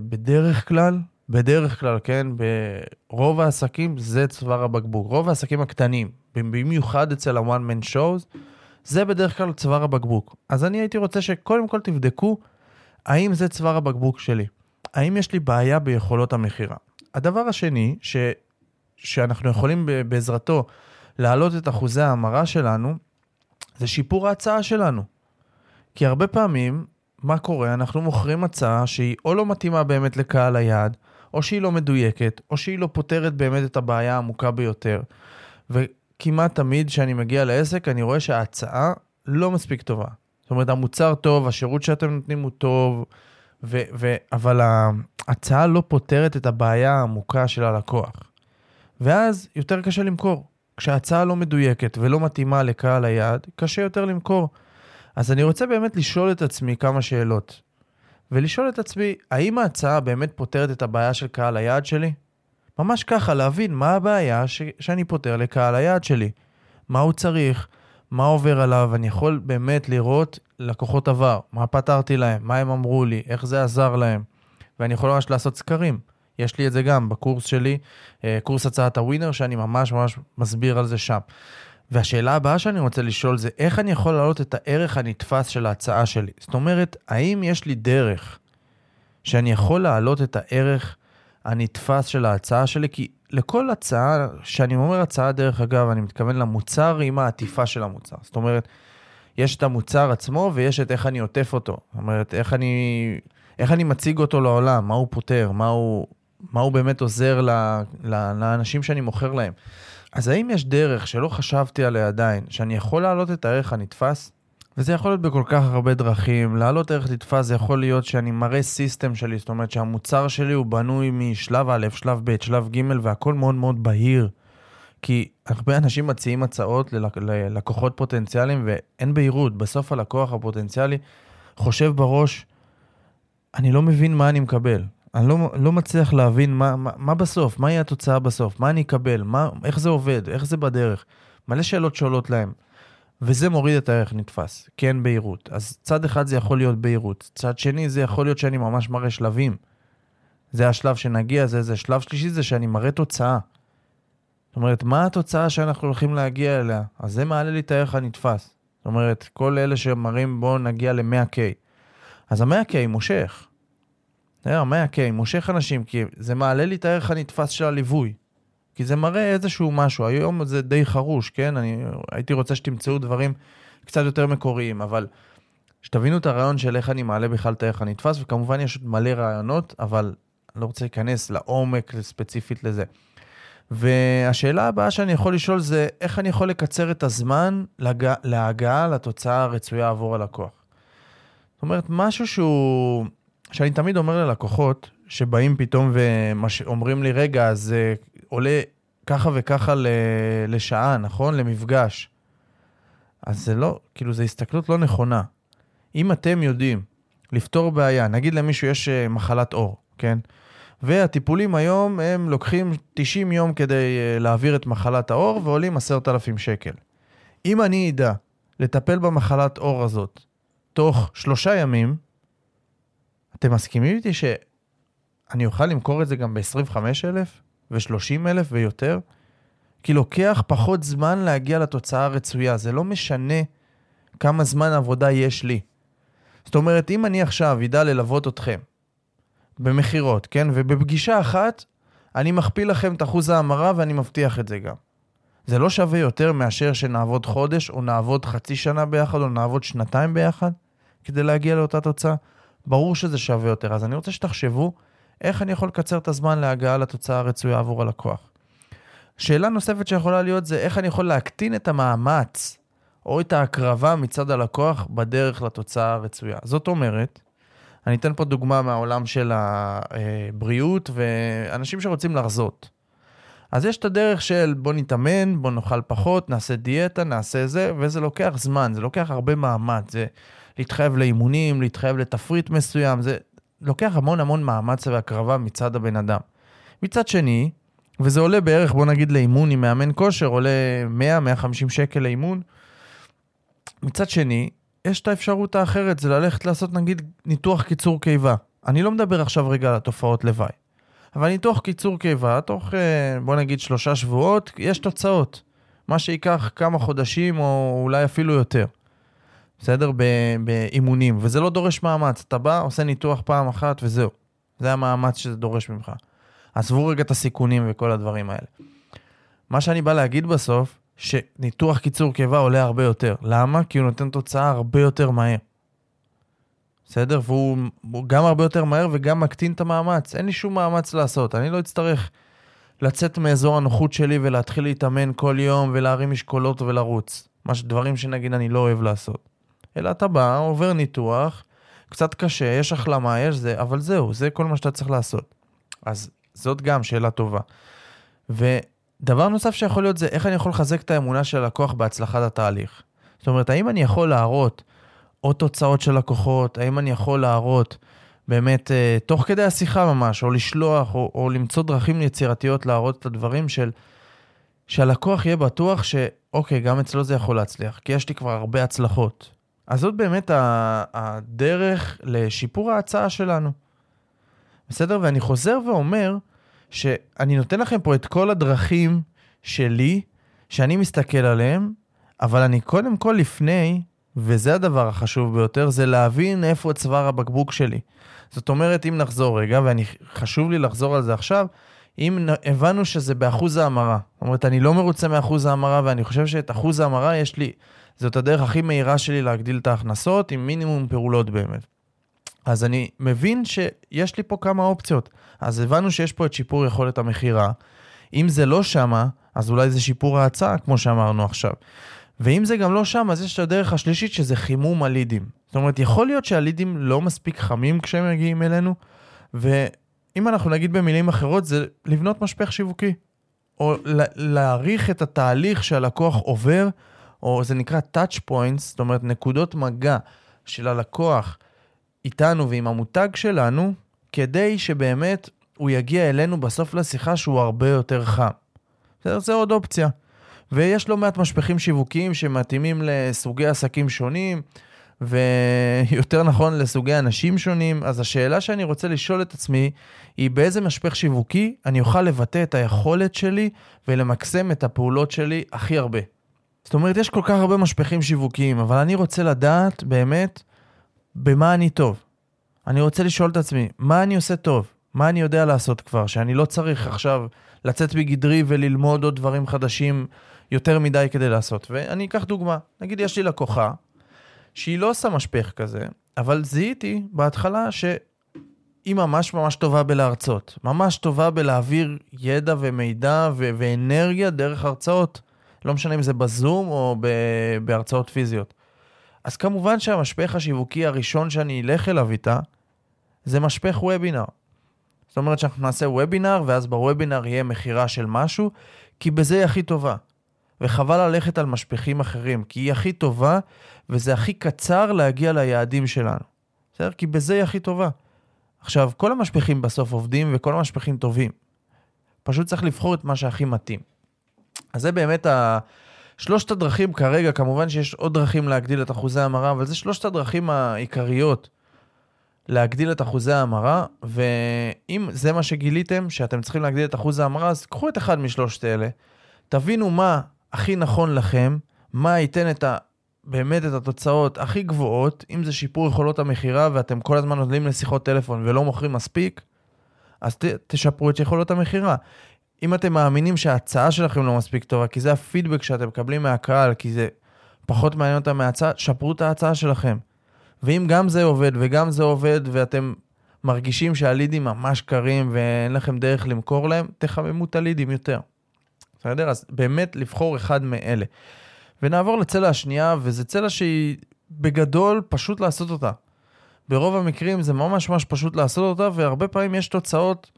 בדרך כלל, כן, ברוב העסקים זה צוואר הבקבוק. רוב העסקים הקטנים, במיוחד אצל ה-one man shows, זה בדרך כלל צוואר הבקבוק. אז אני הייתי רוצה שקודם כל תבדקו, האם זה צוואר הבקבוק שלי? האם יש לי בעיה ביכולות המחירה? הדבר השני, שאנחנו יכולים בעזרתו להעלות את אחוזי ההמרה שלנו, זה שיפור ההצעה שלנו. כי הרבה פעמים, מה קורה? אנחנו מוכרים הצעה שהיא או לא מתאימה באמת לקהל היעד, או שהיא לא מדויקת, או שהיא לא פותרת באמת את הבעיה העמוקה ביותר. וכמעט תמיד שאני מגיע לעסק, אני רואה שההצעה לא מספיק טובה. זאת אומרת, המוצר טוב, השירות שאתם נותנים הוא טוב, אבל ההצעה לא פותרת את הבעיה העמוקה של הלקוח. ואז יותר קשה למכור. כשההצעה לא מדויקת ולא מתאימה לקהל היעד, קשה יותר למכור. אז אני רוצה באמת לשאול את עצמי כמה שאלות. ולשאול את עצמי, האם ההצעה באמת פותרת את הבעיה של קהל היעד שלי? ממש ככה, להבין מה הבעיה שאני פותר לקהל היעד שלי. מה הוא צריך, מה עובר עליו, אני יכול באמת לראות לקוחות עבר, מה פתרתי להם, מה הם אמרו לי, איך זה עזר להם. ואני יכול ממש לעשות סקרים. יש לי את זה גם בקורס שלי, קורס הצעת הווינר, שאני ממש מסביר על זה שם. והשאלה הבאה שאני רוצה לשאול זה, איך אני יכול להעלות את הערך הנתפס של ההצעה שלי? זאת אומרת, האם יש לי דרך שאני יכול להעלות את הערך הנתפס של ההצעה שלי? כי לכל הצעה, שאני אומר הצעה דרך אגב, אני מתכוון למוצר עם העטיפה של המוצר. זאת אומרת, יש את המוצר עצמו ויש את איך אני עוטף אותו. זאת אומרת, איך אני מציג אותו לעולם, מה הוא פותר, מה הוא באמת עוזר לאנשים שאני מוכר להם. אז האם יש דרך שלא חשבתי עליה עדיין, שאני יכול להעלות את הערך הנתפס? וזה יכול להיות בכל כך הרבה דרכים. להעלות ערך נתפס זה יכול להיות שאני מראה סיסטם שלי, זאת אומרת שהמוצר שלי הוא בנוי משלב א', שלב ב', שלב ג', והכל מאוד מאוד בהיר. כי הרבה אנשים מציעים הצעות ללקוחות פוטנציאליים ואין בהירות. בסוף הלקוח הפוטנציאלי חושב בראש, אני לא מבין מה אני מקבל. אני לא מצליח להבין מה בסוף, מה יהיה התוצאה בסוף, מה אני אקבל, איך זה עובד, איך זה בדרך. מלא שאלות שעולות להם. וזה מוריד את הערך נתפס, כי אין בהירות. אז צד אחד זה יכול להיות בהירות, צד שני זה יכול להיות שאני ממש מראה שלבים. זה השלב שנגיע, זה שלב שלישי, זה שאני מראה תוצאה. זאת אומרת, מה התוצאה שאנחנו הולכים להגיע אליה? אז זה מעלה לי את הערך הנתפס. זאת אומרת, כל אלה שמראים בואו נגיע ל-100K. אז ה-100K מושך. ה-100K מושך אנשים, כי זה מעלה לי את הערך הנתפס של הליווי. כי זה מראה איזשהו משהו. היום זה די חרוש, כן? אני הייתי רוצה שתמצאו דברים קצת יותר מקוריים, אבל שתבינו את הרעיון של איך אני מעלה בכלל את הערך הנתפס, וכמובן יש מלא רעיונות, אבל אני לא רוצה להיכנס לעומק ספציפית לזה. והשאלה הבאה שאני יכול לשאול זה, איך אני יכול לקצר את הזמן להגעה לתוצאה הרצויה עבור הלקוח. זאת אומרת, משהו שאני תמיד אומר ללקוחות, שבאים פתאום ואומרים לי, רגע, אז עולה ככה וככה לשעה, נכון? למפגש. אז זה לא, כאילו, זה הסתכלות לא נכונה. אם אתם יודעים לפתור בעיה, נגיד למישהו יש מחלת אור, כן? והטיפולים היום הם לוקחים 90 יום כדי להעביר את מחלת האור, ועולים 10,000 שקל. אם אני ידע לטפל במחלת אור הזאת תוך 3 ימים, אתם מסכימים איתי שאני אוכל למכור את זה גם ב-25,000 ו-30,000 ויותר? כי לוקח פחות זמן להגיע לתוצאה הרצויה. זה לא משנה כמה זמן עבודה יש לי. זאת אומרת, אם אני עכשיו ידע ללוות אתכם במחירות, כן? ובפגישה אחת, אני מכפיל לכם את אחוז ההמרה ואני מבטיח את זה גם. זה לא שווה יותר מאשר שנעבוד חודש, או נעבוד חצי שנה ביחד, או נעבוד 2 ביחד, כדי להגיע לאותה תוצאה. ברור שזה שווה יותר. אז אני רוצה שתחשבו איך אני יכול לקצר את הזמן להגעה לתוצאה הרצויה עבור הלקוח. שאלה נוספת שיכולה להיות זה איך אני יכול להקטין את המאמץ או את ההקרבה מצד הלקוח בדרך לתוצאה הרצויה. זאת אומרת, אני אתן פה דוגמה מהעולם של הבריאות ואנשים שרוצים לחזות. אז יש את הדרך של בוא נתאמן, בוא נאכל פחות, נעשה דיאטה, נעשה זה, וזה לוקח זמן, זה לוקח הרבה מאמץ, זה להתחייב לאימונים, להתחייב לתפריט מסוים, זה לוקח המון מאמץ והקרבה מצד הבן אדם. מצד שני, וזה עולה בערך, בוא נגיד לאימון עם מאמן כושר, עולה 100-150 שקל לאימון. מצד שני, יש את האפשרות האחרת, זה ללכת לעשות נגיד ניתוח קיצור קיבה. אני לא מדבר עכשיו רגע על התופעות לוואי. אבל ניתוח קיצור קיבה, תוך בוא נגיד 3 שבועות, יש תוצאות. מה שיקח כמה חודשים או אולי אפילו יותר. בסדר? באימונים. וזה לא דורש מאמץ. אתה בא, עושה ניתוח פעם אחת וזהו. זה המאמץ שזה דורש ממך. עזבו רגע את הסיכונים וכל הדברים האלה. מה שאני בא להגיד בסוף, שניתוח קיצור קיבה עולה הרבה יותר. למה? כי הוא נותן תוצאה הרבה יותר מהר. בסדר? והוא גם הרבה יותר מהר וגם מקטין את המאמץ. אין לי שום מאמץ לעשות. אני לא אצטרך לצאת מאזור הנוחות שלי ולהתחיל להתאמן כל יום ולהרים משקולות ולרוץ. דברים שנגיד אני לא אוהב לעשות. אלא אתה בא, עובר ניתוח, קצת קשה, יש החלמה, יש זה, אבל זהו, זה כל מה שאתה צריך לעשות. אז זאת גם שאלה טובה. דבר נוסף שיכול להיות זה איך אני יכול לחזק את האמונה של הלקוח בהצלחת התהליך. זאת אומרת, האם אני יכול להראות או תוצאות של לקוחות, האם אני יכול להראות באמת תוך כדי השיחה ממש, או לשלוח, או למצוא דרכים יצירתיות להראות את הדברים שהלקוח יהיה בטוח שאוקיי, גם אצלו זה יכול להצליח, כי יש לי כבר הרבה הצלחות. אז זאת באמת הדרך לשיפור ההצעה שלנו. בסדר? ואני חוזר ואומר שאני נותן לכם פה את כל הדרכים שלי, שאני מסתכל עליהם, אבל אני קודם כל לפני, וזה הדבר החשוב ביותר, זה להבין איפה צוואר הבקבוק שלי. זאת אומרת, אם נחזור רגע, חשוב לי לחזור על זה עכשיו, אם הבנו שזה באחוז ההמרה, זאת אומרת, אני לא מרוצה מאחוז ההמרה, ואני חושב שאת אחוז ההמרה יש לי, זאת הדרך הכי מהירה שלי להגדיל את ההכנסות, עם מינימום פעולות באמת. אז אני מבין שיש לי פה כמה אופציות. אז הבנו שיש פה את שיפור יכולת המחירה. אם זה לא שמה, אז אולי זה שיפור ההצעה, כמו שאמרנו עכשיו. ואם זה גם לא שם, אז יש את הדרך השלישית שזה חימום הלידים. זאת אומרת, יכול להיות שהלידים לא מספיק חמים כשהם מגיעים אלינו, ואם אנחנו נגיד במילים אחרות, זה לבנות משפך שיווקי. או להעריך את התהליך שהלקוח עובר, או זה נקרא touch points, זאת אומרת, נקודות מגע של הלקוח איתנו ועם המותג שלנו, כדי שבאמת הוא יגיע אלינו בסוף לשיחה שהוא הרבה יותר חם. זה עוד אופציה. ויש לא מעט משפחים שיווקיים שמתאימים לסוגי עסקים שונים, ויותר נכון לסוגי אנשים שונים. אז השאלה שאני רוצה לשאול את עצמי, היא באיזה משפח שיווקי אני אוכל לבטא את היכולת שלי, ולמקסם את הפעולות שלי הכי הרבה. זאת אומרת, יש כל כך הרבה משפחים שיווקיים, אבל אני רוצה לדעת באמת במה אני טוב. אני רוצה לשאול את עצמי, מה אני עושה טוב? מה אני יודע לעשות כבר? שאני לא צריך עכשיו לצאת בגדרי וללמוד עוד דברים חדשים יותר מדי כדי לעשות. ואני אקח דוגמה. נגיד, יש לי לקוחה שהיא לא עושה משפך כזה, אבל זיהיתי בהתחלה שהיא ממש ממש טובה בלהרצות. ממש טובה בלהעביר ידע ומידע ואנרגיה דרך הרצאות. לא משנה אם זה בזום או בהרצאות פיזיות. אז כמובן שהמשפך השיווקי הראשון שאני אלך אליו איתה, זה משפך וובינר. זאת אומרת שאנחנו נעשה וובינר, ואז בוובינר יהיה מחירה של משהו, כי בזה היא הכי טובה. וחבל ללכת על משפחים אחרים, כי היא הכי טובה, וזה הכי קצר להגיע ליעדים שלנו. בסדר? כי בזה היא הכי טובה. עכשיו, כל המשפחים בסוף עובדים, וכל המשפחים טובים. פשוט צריך לבחור את מה שהכי מתאים. אז זה באמת שלושת הדרכים כרגע, כמובן שיש עוד דרכים להגדיל את אחוזי ההמרה, אבל זה שלושת הדרכים העיקריות להגדיל את אחוזי ההמרה, ואם זה מה שגיליתם, שאתם צריכים להגדיל את אחוז ההמרה, אז קחו את אחד משלושת אלה, תבינו מה הכי נכון לכם, מה ייתן באמת את התוצאות הכי גבוהות, אם זה שיפור יכולות המחירה, ואתם כל הזמן נותנים לשיחות טלפון ולא מוכרים מספיק, אז תשפרו את יכולות המחירה. אם אתם מאמינים שההצעה שלכם לא מספיק טובה, כי זה הפידבק שאתם מקבלים מהקהל, כי זה פחות מעניין אותם מההצעה, שפרו את ההצעה שלכם. ואם גם זה עובד וגם זה עובד, ואתם מרגישים שהלידים ממש קרים ואין לכם דרך למכור להם, תחממו את הלידים יותר. בסדר? אז באמת לבחור אחד מאלה. ונעבור לצלע השנייה, וזה צלע שהיא בגדול פשוט לעשות אותה. ברוב המקרים זה ממש ממש פשוט לעשות אותה, והרבה פעמים יש תוצאות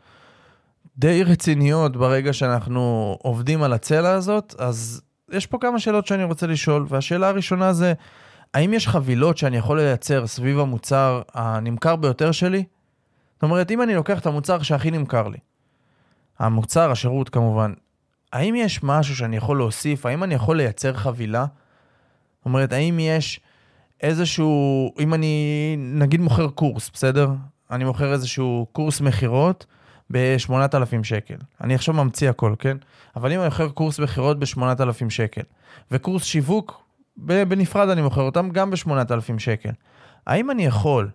די רציניות ברגע שאנחנו עובדים על הצלע הזאת. אז יש פה כמה שאלות שאני רוצה לשאול, והשאלה הראשונה זה, האם יש חבילות שאני יכול לייצר סביב המוצר הנמכר ביותר שלי? זאת אומרת, אם אני לוקח את המוצר שהכי נמכר לי, המוצר, השירות כמובן, האם יש משהו שאני יכול להוסיף? האם אני יכול לייצר חבילה? זאת אומרת, האם יש איזשהו, אם אני נגיד מוכר קורס, בסדר? אני מוכר איזשהו קורס מחירות ב-8,000 שקל. אני עכשיו ממציא הכל, כן? אבל אם אני מוכר קורס מחירות ב-8,000 שקל, וקורס שיווק, בנפרד אני מוכר אותם גם ב-8,000 שקל. האם אני יכול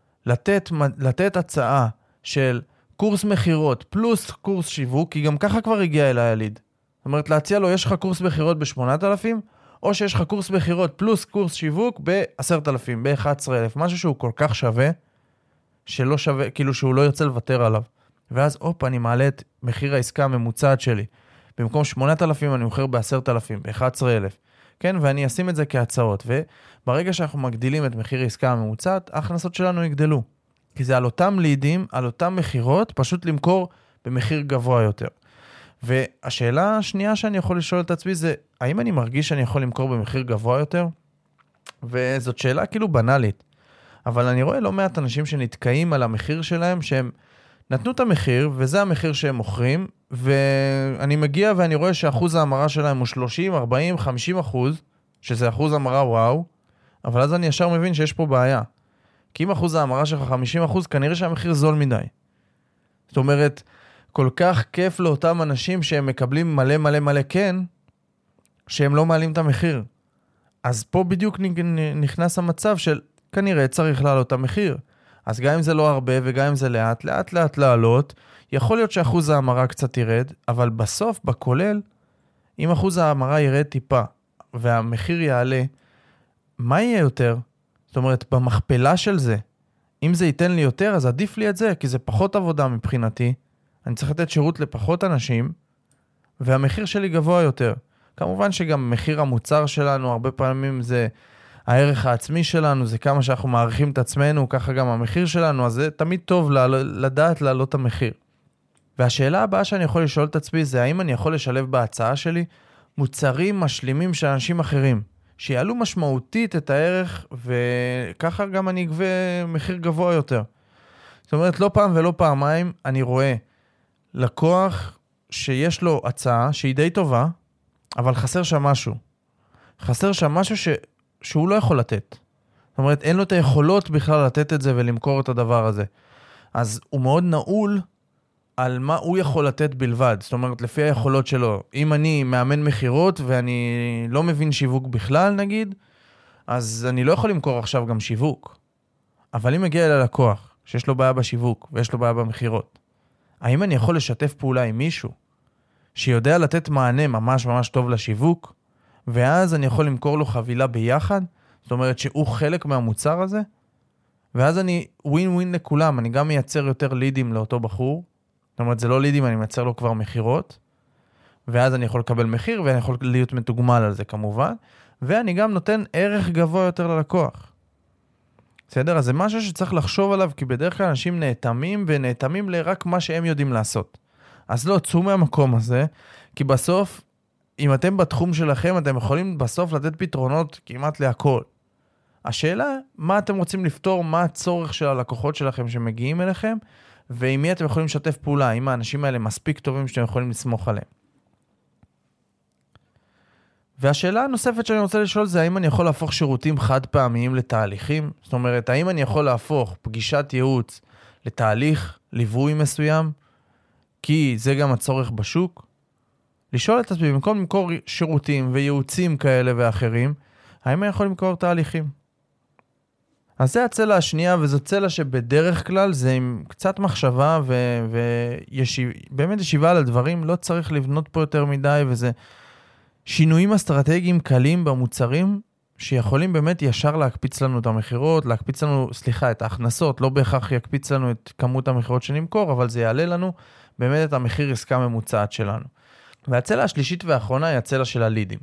לתת הצעה של קורס מחירות פלוס קורס שיווק, כי גם ככה כבר הגיע אליי הליד. זאת אומרת, להציע לו, יש לך קורס מחירות ב-8,000, או שיש לך קורס מחירות פלוס קורס שיווק ב-10,000, ב-11,000, משהו שהוא כל כך שווה, שלא שווה, כאילו שהוא לא ירצה לוותר עליו. ואז, אני מעלה את מחיר העסקה הממוצעת שלי. במקום 8,000 אני מוכר ב-10,000, ב-11,000. כן, ואני אשים את זה כהצעות. וברגע שאנחנו מגדילים את מחיר העסקה הממוצעת, ההכנסות שלנו יגדלו. כי זה על אותם לידים, על אותם מחירות, פשוט למכור במחיר גבוה יותר. והשאלה השנייה שאני יכול לשאול את עצמי זה, האם אני מרגיש שאני יכול למכור במחיר גבוה יותר? וזאת שאלה כאילו בנאלית. אבל אני רואה לא מעט אנשים שנתקעים על המחיר שלהם, שהם נתנו את המחיר, וזה המחיר שהם מוכרים, ואני מגיע ואני רואה שאחוז ההמרה שלהם הוא 30, 40, 50%, שזה אחוז המרה וואו, אבל אז אני ישר מבין שיש פה בעיה. כי אם אחוז ההמרה שלך 50%, כנראה שהמחיר זול מדי. זאת אומרת, כל כך כיף לאותם אנשים שהם מקבלים מלא מלא מלא כן, שהם לא מעלים את המחיר. אז פה בדיוק נכנס המצב של כנראה צריך לעלות את המחיר. אז גם אם זה לא הרבה וגם אם זה לאט לאט לעלות, יכול להיות שאחוז ההמרה קצת ירד, אבל בסוף, בכולל, אם אחוז ההמרה ירד טיפה והמחיר יעלה, מה יהיה יותר? זאת אומרת, במכפלה של זה, אם זה ייתן לי יותר, אז עדיף לי את זה, כי זה פחות עבודה מבחינתי. אני צריך לתת שירות לפחות אנשים, והמחיר שלי גבוה יותר. כמובן שגם מחיר המוצר שלנו, הרבה פעמים זה הערך העצמי שלנו, זה כמה שאנחנו מעריכים את עצמנו, ככה גם המחיר שלנו, אז זה תמיד טוב לדעת להעלות את המחיר. והשאלה הבאה שאני יכול לשאול את עצמי זה, האם אני יכול לשלב בהצעה שלי מוצרים משלימים של אנשים אחרים, שיעלו משמעותית את הערך, וככה גם אני אגבה מחיר גבוה יותר. זאת אומרת, לא פעם ולא פעמיים אני רואה לקוח שיש לו הצעה שהיא די טובה, אבל חסר שם משהו. חסר שם משהו שהוא לא יכול לתת. זאת אומרת, אין לו את היכולות בכלל לתת את זה ולמכור את הדבר הזה. אז הוא מאוד נעול על מה הוא יכול לתת בלבד. זאת אומרת, לפי היכולות שלו. אם אני מאמן מחירות ואני לא מבין שיווק בכלל, נגיד, אז אני לא יכול למכור עכשיו גם שיווק. אבל אם מגיע אל הלקוח, שיש לו בעיה בשיווק ויש לו בעיה במחירות, האם אני יכול לשתף פעולה עם מישהו שיודע לתת מענה ממש ממש טוב לשיווק, ואז אני יכול למכור לו חבילה ביחד, זאת אומרת שהוא חלק מהמוצר הזה, ואז אני ווין ווין לכולם, אני גם מייצר יותר לידים לאותו בחור, זאת אומרת זה לא לידים, אני מייצר לו כבר מחירות, ואז אני יכול לקבל מחיר, ואני יכול להיות מתוגמל על זה כמובן, ואני גם נותן ערך גבוה יותר ללקוח. בסדר? אז זה משהו שצריך לחשוב עליו, כי בדרך כלל אנשים נאטמים לרק מה שהם יודעים לעשות. אז לא, צאו מהמקום הזה, כי בסוף, אם אתם בתחום שלכם, אתם יכולים בסוף לתת פתרונות כמעט להכל. השאלה, מה אתם רוצים לפתור, מה הצורך של הלקוחות שלכם שמגיעים אליכם, ועם מי אתם יכולים לשתף פעולה, אם האנשים האלה מספיק טובים שאתם יכולים לסמוך עליהם. והשאלה הנוספת שאני רוצה לשאול זה, האם אני יכול להפוך שירותים חד פעמיים לתהליכים? זאת אומרת, האם אני יכול להפוך פגישת ייעוץ לתהליך, ליווי מסוים? כי זה גם הצורך בשוק. לשאול את עצמי, במקום למכור שירותים וייעוצים כאלה ואחרים, האם אני יכול למכור תהליכים? אז זה הצלע השנייה, וזו צלע שבדרך כלל זה עם קצת מחשבה באמת ישיבה על הדברים, לא צריך לבנות פה יותר מדי, וזה שינויים אסטרטגיים קלים במוצרים, שיכולים באמת ישר להקפיץ לנו את המחירות, להקפיץ לנו, את ההכנסות, לא בהכרח יקפיץ לנו את כמות המחירות שנמכור, אבל זה יעלה לנו באמת את המחיר עסקה ממוצעת שלנו. והצלע השלישית והאחרונה היא הצלע של הלידים.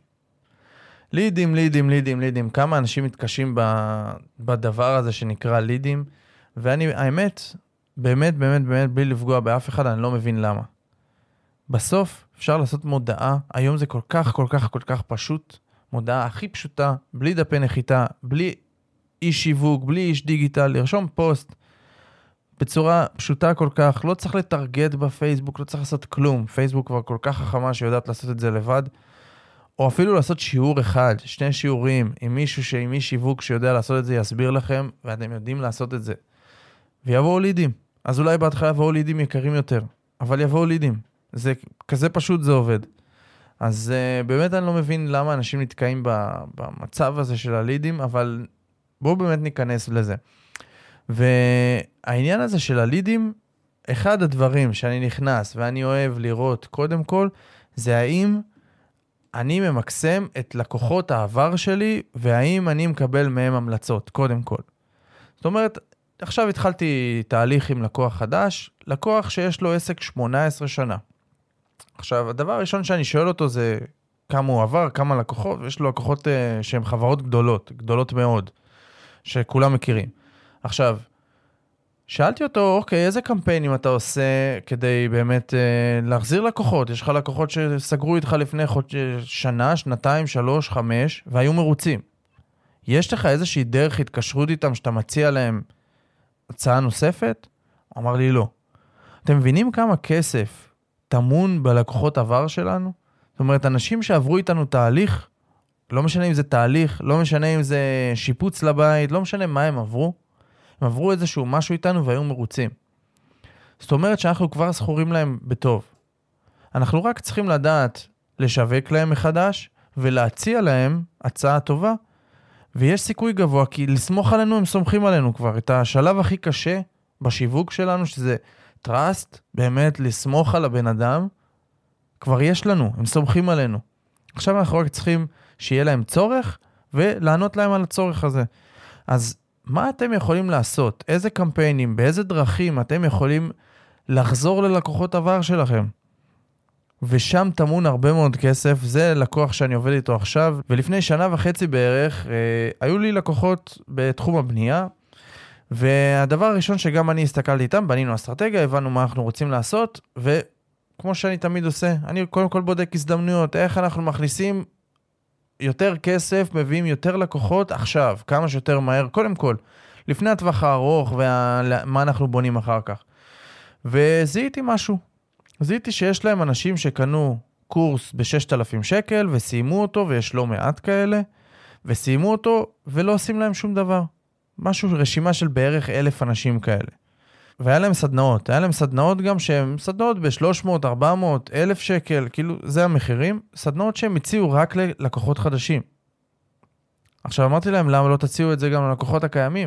לידים. כמה אנשים מתקשים בדבר הזה שנקרא לידים, ואני, האמת, באמת, בלי לפגוע באף אחד, אני לא מבין למה. בסוף אפשר לעשות מודעה, היום זה כל כך פשוט, מודעה הכי פשוטה, בלי דפי נחיתה, בלי איש שיווק, בלי איש דיגיטל, לרשום פוסט, בצורה פשוטה כל כך, לא צריך לטרגט בפייסבוק, לא צריך לעשות כלום, פייסבוק כבר כל כך חכמה שיודעת לעשות את זה לבד, או אפילו לעשות שיעור אחד, 2 שיעורים, עם מישהו עם איש שיווק שיודע לעשות את זה, יסביר לכם, ואתם יודעים לעשות את זה. ויבואו לידים. אז אולי בהתחלה יבואו לידים יקרים יותר, אבל יבואו לידים. זה כזה פשוט זה עובד. אז באמת אני לא מבין למה אנשים נתקעים במצב הזה של הלידים, אבל בואו באמת ניכנס לזה. והעניין הזה של הלידים, אחד הדברים שאני נכנס ואני אוהב לראות קודם כל, זה האם אני ממקסם את לקוחות העבר שלי, והאם אני מקבל מהם המלצות, קודם כל. זאת אומרת, עכשיו התחלתי תהליך עם לקוח חדש, לקוח שיש לו עסק 18 שנה. עכשיו, הדבר הראשון שאני שואל אותו זה כמה הוא עבר, כמה לקוחות, ויש לו לקוחות שהן חברות גדולות מאוד, שכולם מכירים. עכשיו, שאלתי אותו, אוקיי, איזה קמפיינים אתה עושה כדי באמת להחזיר לקוחות? יש לך לקוחות שסגרו איתך לפני שנה, שנתיים, 3, 5, והיו מרוצים. יש לך איזושהי דרך התקשרות איתם שאתה מציע להם הצעה נוספת? אמר לי לא. אתם מבינים כמה כסף תמון בלקוחות עבר שלנו? זאת אומרת, אנשים שעברו איתנו תהליך, לא משנה אם זה תהליך, לא משנה אם זה שיפוץ לבית, לא משנה מה הם עברו, הם עברו איזשהו משהו איתנו והיו מרוצים. זאת אומרת שאנחנו כבר זכורים להם בטוב. אנחנו רק צריכים לדעת לשווק להם מחדש ולהציע להם הצעה טובה, ויש סיכוי גבוה, כי לסמוך עלינו הם סומכים עלינו כבר. את השלב הכי קשה בשיווק שלנו, שזה trust, באמת לסמוך על הבן אדם, כבר יש לנו, הם סומכים עלינו. עכשיו אנחנו רק צריכים שיהיה להם צורך, ולענות להם על הצורך הזה. אז מה אתם יכולים לעשות? איזה קמפיינים, באיזה דרכים אתם יכולים לחזור ללקוחות עבר שלכם? ושם תמון הרבה מאוד כסף, זה לקוח שאני עובד איתו עכשיו, ולפני 1.5 שנה בערך, היו לי לקוחות בתחום הבנייה, והדבר הראשון שגם אני הסתכלתי איתם, בנינו אסטרטגיה, הבנו מה אנחנו רוצים לעשות, וכמו שאני תמיד עושה, אני קודם כל בודק הזדמנויות, איך אנחנו מכניסים יותר כסף, מביאים יותר לקוחות עכשיו, כמה שיותר מהר, קודם כל, לפני הטווח הארוך, ומה אנחנו בונים אחר כך. וזיהיתי משהו. זיהיתי שיש להם אנשים שקנו קורס ב6,000 שקל, וסיימו אותו, ויש לא מעט כאלה, וסיימו אותו, ולא עושים להם שום דבר. משהו, רשימה של בערך 1,000 אנשים כאלה. והיה להם סדנאות. היה להם סדנאות גם שהם סדנאות ב-300, 400, 1,000 שקל, כאילו זה המחירים. סדנאות שהם הציעו רק ללקוחות חדשים. עכשיו אמרתי להם, למה לא תציעו את זה גם ללקוחות הקיימים?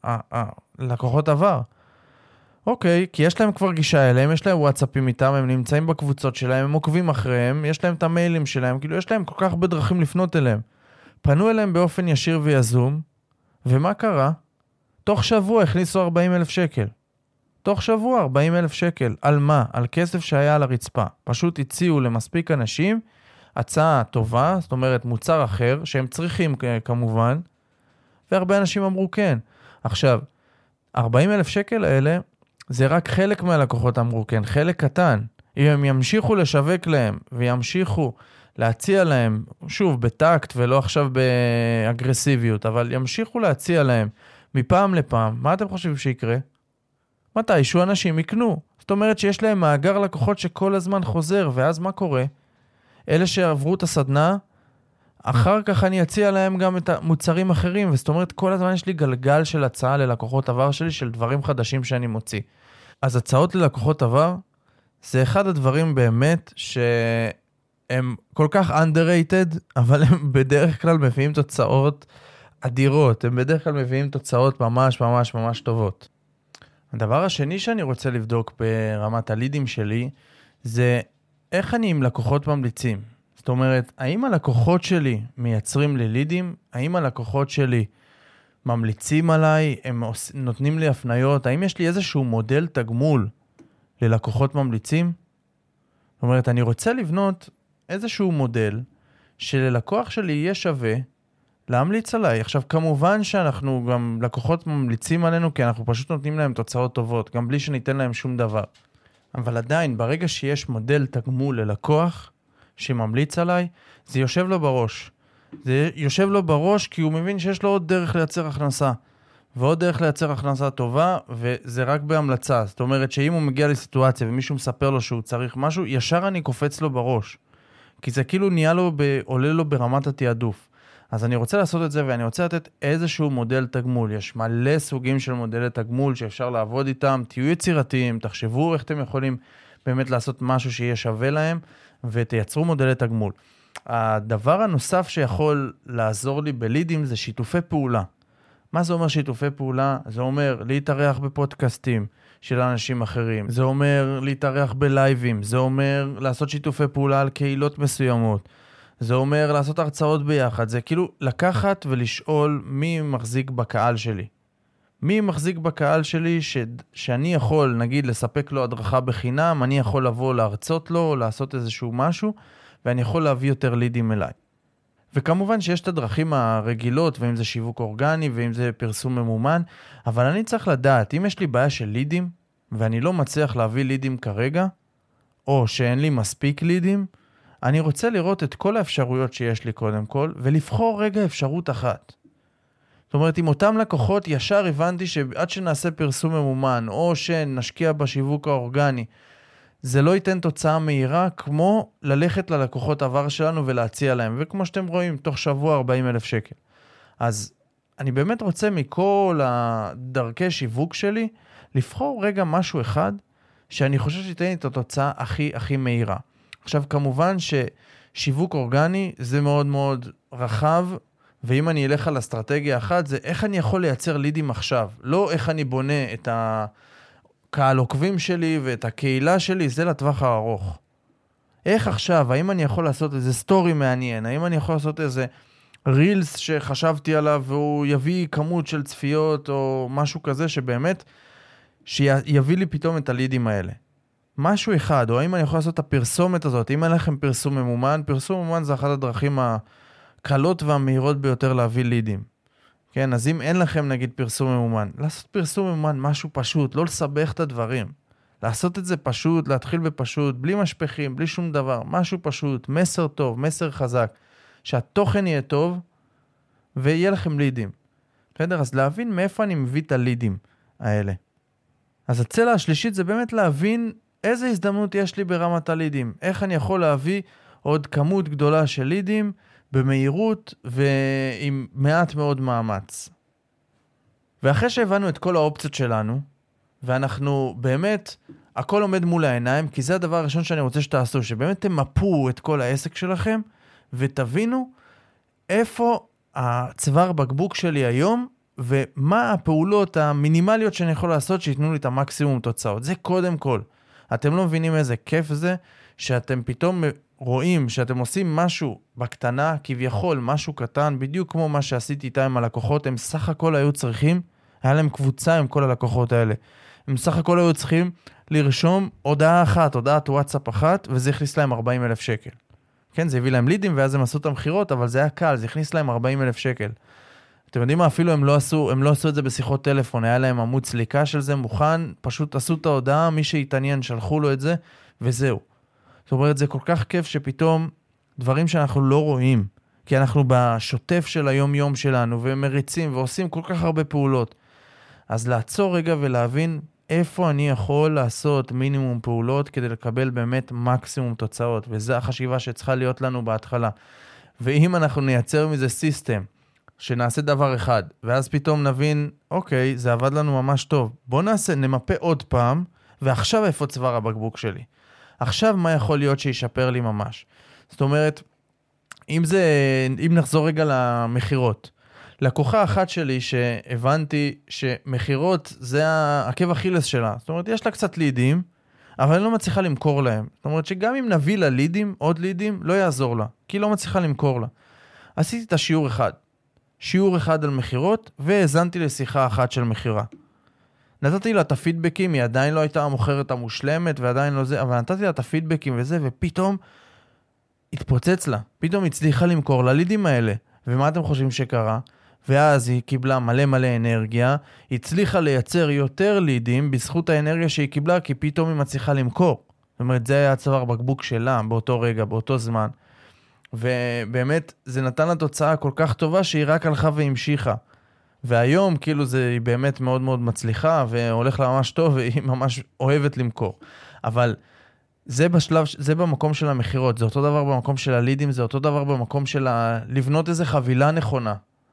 לקוחות עבר. אוקיי, כי יש להם כבר גישה אליהם, יש להם וואטסאפים איתם, הם נמצאים בקבוצות שלהם, הם עוקבים אחריהם, יש להם את המיילים שלהם, כאילו יש להם כל כך הרבה דרכים לפנות אליהם. פנו אליהם באופן ישיר ויזום, ומה קרה? תוך שבוע הכניסו 40,000 שקל. תוך שבוע 40,000 שקל. על מה? על כסף שהיה על הרצפה. פשוט הציעו למספיק אנשים הצעה טובה, זאת אומרת מוצר אחר, שהם צריכים כמובן, והרבה אנשים אמרו כן. עכשיו, 40,000 שקל האלה, זה רק חלק מהלקוחות אמרו כן, חלק קטן. אם הם ימשיכו לשווק להם, וימשיכו להציע להם, שוב, בטקט ולא עכשיו באגרסיביות, אבל ימשיכו להציע להם מפעם לפעם, מה אתם חושבים שיקרה? מתישהו אנשים יקנו. זאת אומרת שיש להם מאגר לקוחות שכל הזמן חוזר, ואז מה קורה? אלה שעברו את הסדנה, אחר כך אני אציע להם גם את המוצרים אחרים, וזאת אומרת כל הזמן יש לי גלגל של הצעה ללקוחות עבר שלי, של דברים חדשים שאני מוציא. אז הצעות ללקוחות עבר, זה אחד הדברים באמת שהם כל כך underrated, אבל הם בדרך כלל מביאים תוצאות אדירות, הם בדרך כלל מביאים תוצאות ממש ממש ממש טובות. הדבר השני שאני רוצה לבדוק ברמת הלידים שלי, זה איך אני עם לקוחות ממליצים. זאת אומרת, האם הלקוחות שלי מייצרים לי לידים? האם הלקוחות שלי ממליצים עליי? הם נותנים לי הפניות? האם יש לי איזשהו מודל תגמול ללקוחות ממליצים? זאת אומרת, אני רוצה לבנות איזשהו מודל שללקוח שלי יהיה שווה להמליץ עליי. עכשיו, כמובן שאנחנו גם לקוחות ממליצים עלינו, כי אנחנו פשוט נותנים להם תוצאות טובות, גם בלי שניתן להם שום דבר. אבל עדיין, ברגע שיש מודל תגמול ללקוח שממליץ עליי, זה יושב לו בראש. זה יושב לו בראש כי הוא מבין שיש לו עוד דרך לייצר הכנסה. ועוד דרך לייצר הכנסה טובה, וזה רק בהמלצה. זאת אומרת שאם הוא מגיע לסיטואציה ומישהו מספר לו שהוא צריך משהו, ישר אני קופץ לו בראש. כי זה כאילו נהיה לו, עולה לו ברמת התיעדוף. אז אני רוצה לעשות את זה, ואני רוצה לתת איזשהו מודל תגמול. יש מלא סוגים של מודלי תגמול שאפשר לעבוד איתם. תהיו יצירתיים, תחשבו איך אתם יכולים באמת לעשות משהו שיהיה שווה להם, ותייצרו מודלי תגמול. הדבר הנוסף שיכול לעזור לי בלידים זה שיתופי פעולה. מה זה אומר שיתופי פעולה? זה אומר להתארח בפודקאסטים של אנשים אחרים. זה אומר להתארח בלייבים. זה אומר לעשות שיתופי פעולה על קהילות מסוימות. זה אומר לעשות הרצאות ביחד. זה כאילו לקחת ולשאול מי מחזיק בקהל שלי. מי מחזיק בקהל שלי שאני יכול, נגיד, לספק לו הדרכה בחינם, אני יכול לבוא להרצות לו, לעשות איזשהו משהו, ואני יכול להביא יותר לידים אליי. וכמובן שיש את הדרכים הרגילות, ואם זה שיווק אורגני, ואם זה פרסום ממומן, אבל אני צריך לדעת, אם יש לי בעיה של לידים, ואני לא מצליח להביא לידים כרגע, או שאין לי מספיק לידים, אני רוצה לראות את כל האפשרויות שיש לי קודם כל, ולבחור רגע אפשרות אחת. זאת אומרת, עם אותם לקוחות ישר הבנתי שעד שנעשה פרסום ממומן, או שנשקיע בשיווק האורגני, זה לא ייתן תוצאה מהירה, כמו ללכת ללקוחות עבר שלנו ולהציע להם. וכמו שאתם רואים, תוך שבוע 40,000 שקל. אז אני באמת רוצה מכל הדרכי שיווק שלי, לבחור רגע משהו אחד, שאני חושב שייתן לי את התוצאה הכי מהירה. עכשיו, כמובן ששיווק אורגני זה מאוד מאוד רחב, ואם אני אלך על אסטרטגיה אחת, זה איך אני יכול לייצר לידים עכשיו. לא איך אני בונה את הקהל עוקבים שלי ואת הקהילה שלי, זה לטווח הארוך. איך עכשיו, האם אני יכול לעשות איזה סטורי מעניין, האם אני יכול לעשות איזה רילס שחשבתי עליו, והוא יביא כמות של צפיות או משהו כזה שבאמת, שיביא לי פתאום את הלידים האלה. משהו אחד, או האם אני יכול לעשות את הפרסומת הזאת, אם אין לכם פרסום ממומן, פרסום ממומן זה אחת הדרכים הקלות והמהירות ביותר להביא לידים. כן, אז אם אין לכם נגיד פרסום ממומן, לעשות פרסום ממומן משהו פשוט, לא לסבך את הדברים. לעשות את זה פשוט, להתחיל בפשוט, בלי משפחים, בלי שום דבר, משהו פשוט, מסר טוב, מסר חזק, שהתוכן יהיה טוב, ויהיה לכם לידים. בסדר? אז להבין מאיפה אני מביא את הלידים האלה. אז הצלע השלישית זה באמת להבין איזה הזדמנות יש לי ברמת הלידים. איך אני יכול להביא עוד כמות גדולה של לידים במהירות ועם מעט מאוד מאמץ. ואחרי שהבנו את כל האופציות שלנו, ואנחנו באמת, הכל עומד מול העיניים, כי זה הדבר הראשון שאני רוצה שתעשו, שבאמת תמפו את כל העסק שלכם, ותבינו איפה הצוואר בקבוק שלי היום, ומה הפעולות המינימליות שאני יכול לעשות שיתנו לי את המקסימום תוצאות. זה קודם כל. אתם לא מבינים איזה כיף זה, שאתם פתאום רואים שאתם עושים משהו בקטנה, כביכול משהו קטן, בדיוק כמו מה שעשיתי איתה עם הלקוחות, הם סך הכל היו צריכים, היה להם קבוצה עם כל הלקוחות האלה. הם סך הכל היו צריכים לרשום הודעה אחת, הודעת וואטסאפ אחת, וזה הכניס להם 40,000 שקל. כן, זה הביא להם לידים, ואז הם עשו את המחירות, אבל זה היה קל, זה הכניס להם 40,000 שקל. אתם יודעים מה? אפילו הם לא עשו את זה בשיחות טלפון, היה להם עמוד סליקה של זה מוכן, פשוט עשו את ההודעה, מי שהתעניין שלחו לו את זה, וזהו. זאת אומרת, זה כל כך כיף שפתאום דברים שאנחנו לא רואים, כי אנחנו בשוטף של היום-יום שלנו, ומריצים ועושים כל כך הרבה פעולות. אז לעצור רגע ולהבין איפה אני יכול לעשות מינימום פעולות, כדי לקבל באמת מקסימום תוצאות, וזו החשיבה שצריכה להיות לנו בהתחלה. ואם אנחנו נייצר מזה סיסטם, שנעשה דבר אחד, ואז פתאום נבין, אוקיי, זה עבד לנו ממש טוב. בוא נמפה עוד פעם, ועכשיו איפה צוואר הבקבוק שלי? עכשיו מה יכול להיות שישפר לי ממש? זאת אומרת, אם נחזור רגע למחירות, לקוחה אחת שלי שהבנתי שמחירות זה העקב אכילס שלה. זאת אומרת, יש לה קצת לידים, אבל אני לא מצליחה למכור להם. זאת אומרת שגם אם נביא לה לידים, עוד לידים, לא יעזור לה, כי היא לא מצליחה למכור לה. עשיתי את שיעור אחד על מחירות, והזנתי לשיחה אחת של מחירה. נתתי לה את הפידבקים, היא עדיין לא הייתה המוכרת המושלמת, ועדיין לא זה, אבל נתתי לה את הפידבקים וזה, ופתאום התפוצץ לה. פתאום הצליחה למכור ללידים האלה. ומה אתם חושבים שקרה? ואז היא קיבלה מלא אנרגיה, הצליחה לייצר יותר לידים בזכות האנרגיה שהיא קיבלה, כי פתאום היא מצליחה למכור. זאת אומרת, זה היה הצוואר בקבוק שלה באותו רגע, באותו זמן. ובאמת, זה נתן לה תוצאה כל כך טובה שהיא רק הלכה והמשיכה. והיום, כאילו, היא באמת מאוד מאוד מצליחה, והולך לה ממש טוב, והיא ממש אוהבת למכור. אבל זה במקום של המחירות, זה אותו דבר במקום של הלידים, זה אותו דבר במקום של לבנות איזו חבילה נכונה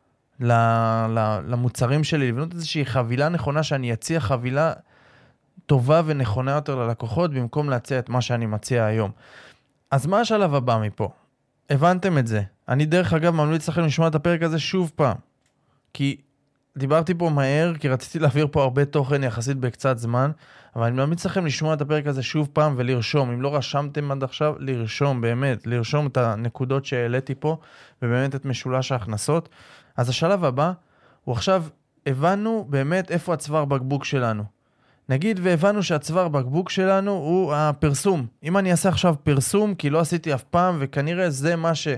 למוצרים שלי, לבנות איזושהי חבילה נכונה, שאני אציע חבילה טובה ונכונה יותר ללקוחות, במקום להציע את מה שאני מציע היום. אז מה השלב הבא מפה? הבנתם את זה. אני דרך אגב ממליץ לכם לשמוע את הפרק הזה שוב פעם. כי דיברתי פה מהר, כי רציתי להעביר פה הרבה תוכן יחסית בקצת זמן, אבל אני ממליץ לכם לשמוע את הפרק הזה שוב פעם ולרשום. אם לא רשמתם עד עכשיו, לרשום באמת, לרשום את הנקודות שהעליתי פה, ובאמת את משולש ההכנסות. אז השלב הבא, הוא עכשיו הבנו באמת איפה הצוואר בקבוק שלנו. נגיד והבנו שהצוואר בקבוק שלנו הוא הפרסום. אם אני אעשה עכשיו פרסום, כי לא עשיתי אף פעם, וכנראה זה מה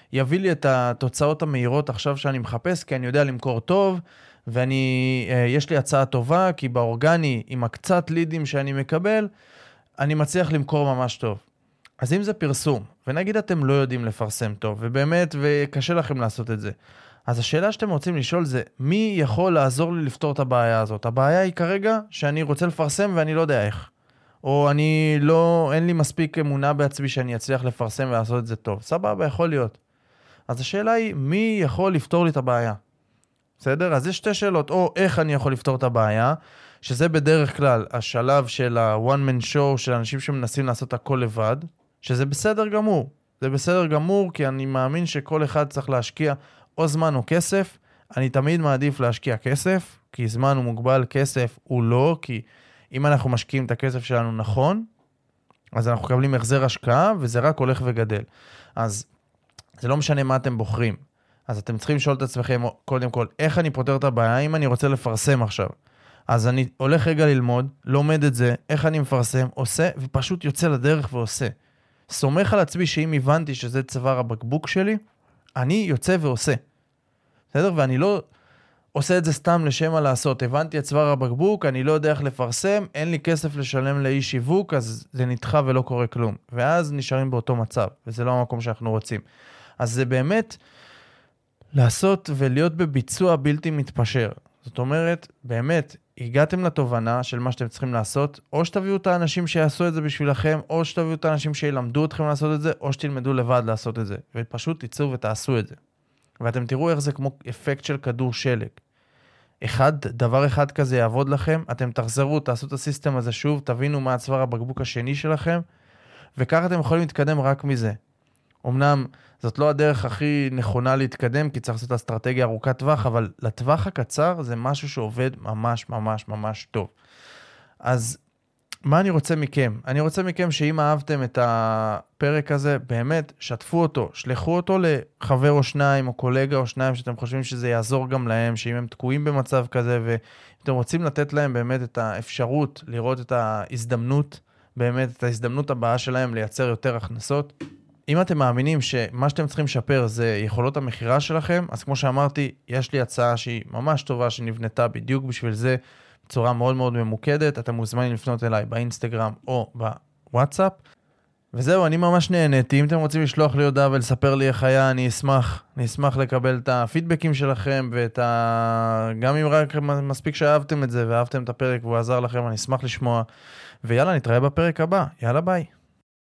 יביא לי את התוצאות המהירות עכשיו שאני מחפש, כי אני יודע למכור טוב, יש לי הצעה טובה, כי באורגני, עם הקצת לידים שאני מקבל, אני מצליח למכור ממש טוב. אז אם זה פרסום, ונגיד אתם לא יודעים לפרסם טוב, ובאמת, וקשה לכם לעשות את זה, אז השאלה שאתם רוצים לשאול זה, מי יכול לעזור לי לפתור את הבעיה הזאת? הבעיה היא כרגע שאני רוצה לפרסם ואני לא יודע איך. או אין לי מספיק אמונה בעצמי שאני אצליח לפרסם ולעשות את זה טוב. סבבה, יכול להיות. אז השאלה היא, מי יכול לפתור לי את הבעיה? בסדר? אז יש שתי שאלות, או איך אני יכול לפתור את הבעיה, שזה בדרך כלל השלב של ה-one man show, של אנשים שמנסים לעשות הכל לבד, שזה בסדר גמור. זה בסדר גמור, כי אני מאמין שכל אחד צריך להשקיע או זמן או כסף. אני תמיד מעדיף להשקיע כסף, כי זמן הוא מוגבל, כסף הוא לא, כי אם אנחנו משקיעים את הכסף שלנו נכון, אז אנחנו מקבלים החזר השקעה, וזה רק הולך וגדל. אז זה לא משנה מה אתם בוחרים. אז אתם צריכים לשאול את עצמכם, קודם כל, איך אני פותר את הבעיה, אם אני רוצה לפרסם עכשיו. אז אני הולך רגע ללמוד, לומד את זה, איך אני מפרסם, עושה, ופשוט יוצא לדרך ועושה. סומך על עצמי שאם הבנתי שזה צוואר הבקבוק שלי, אני יוצא ועושה. בסדר? ואני לא עושה את זה סתם לשם מה לעשות. הבנתי את צוואר הבקבוק, אני לא יודע איך לפרסם, אין לי כסף לשלם לאיש שיווק, אז זה נדחה ולא קורה כלום. ואז נשארים באותו מצב, וזה לא המקום שאנחנו רוצים. אז זה באמת לעשות ולהיות בביצוע בלתי מתפשר. זאת אומרת, באמת, הגעתם לתובנה של מה שאתם צריכים לעשות, או שתביאו את האנשים שיעשו את זה בשבילכם, או שתביאו את האנשים שילמדו אתכם לעשות את זה, או שתלמדו לבד לעשות את זה. ופשוט תצאו ותעשו את זה. ואתם תראו איך זה כמו אפקט של כדור שלג. דבר אחד כזה יעבוד לכם, אתם תחזרו, תעשו את הסיסטם הזה שוב, תבינו מה הצוואר הבקבוק השני שלכם, וככה אתם יכולים להתקדם רק מזה. אמנם זאת לא הדרך הכי נכונה להתקדם, כי צריך לעשות אסטרטגיה ארוכת טווח, אבל לטווח הקצר זה משהו שעובד ממש ממש ממש טוב. אז מה אני רוצה מכם? אני רוצה מכם שאם אהבתם את הפרק הזה, באמת שתפו אותו, שלחו אותו לחבר או שניים, או קולגה או שניים, שאתם חושבים שזה יעזור גם להם, שאם הם תקועים במצב כזה, ואתם רוצים לתת להם באמת את האפשרות, לראות את ההזדמנות, באמת את ההזדמנות הבאה שלהם לייצר יותר הכנסות. אם אתם מאמינים שמה שאתם צריכים לשפר זה יכולות המחירה שלכם, אז כמו שאמרתי, יש לי הצעה שהיא ממש טובה, שנבנתה בדיוק בשביל זה, בצורה מאוד מאוד ממוקדת. אתם מוזמנים לפנות אליי באינסטגרם או בוואטסאפ. וזהו, אני ממש נהניתי. אם אתם רוצים לשלוח לי הודעה ולספר לי איך היה, אני אשמח לקבל את הפידבקים שלכם, גם אם רק מספיק שאהבתם את זה ואהבתם את הפרק והוא עזר לכם, אני אשמח לשמוע. ויאללה, נתראה בפרק הבא. יאללה, ביי.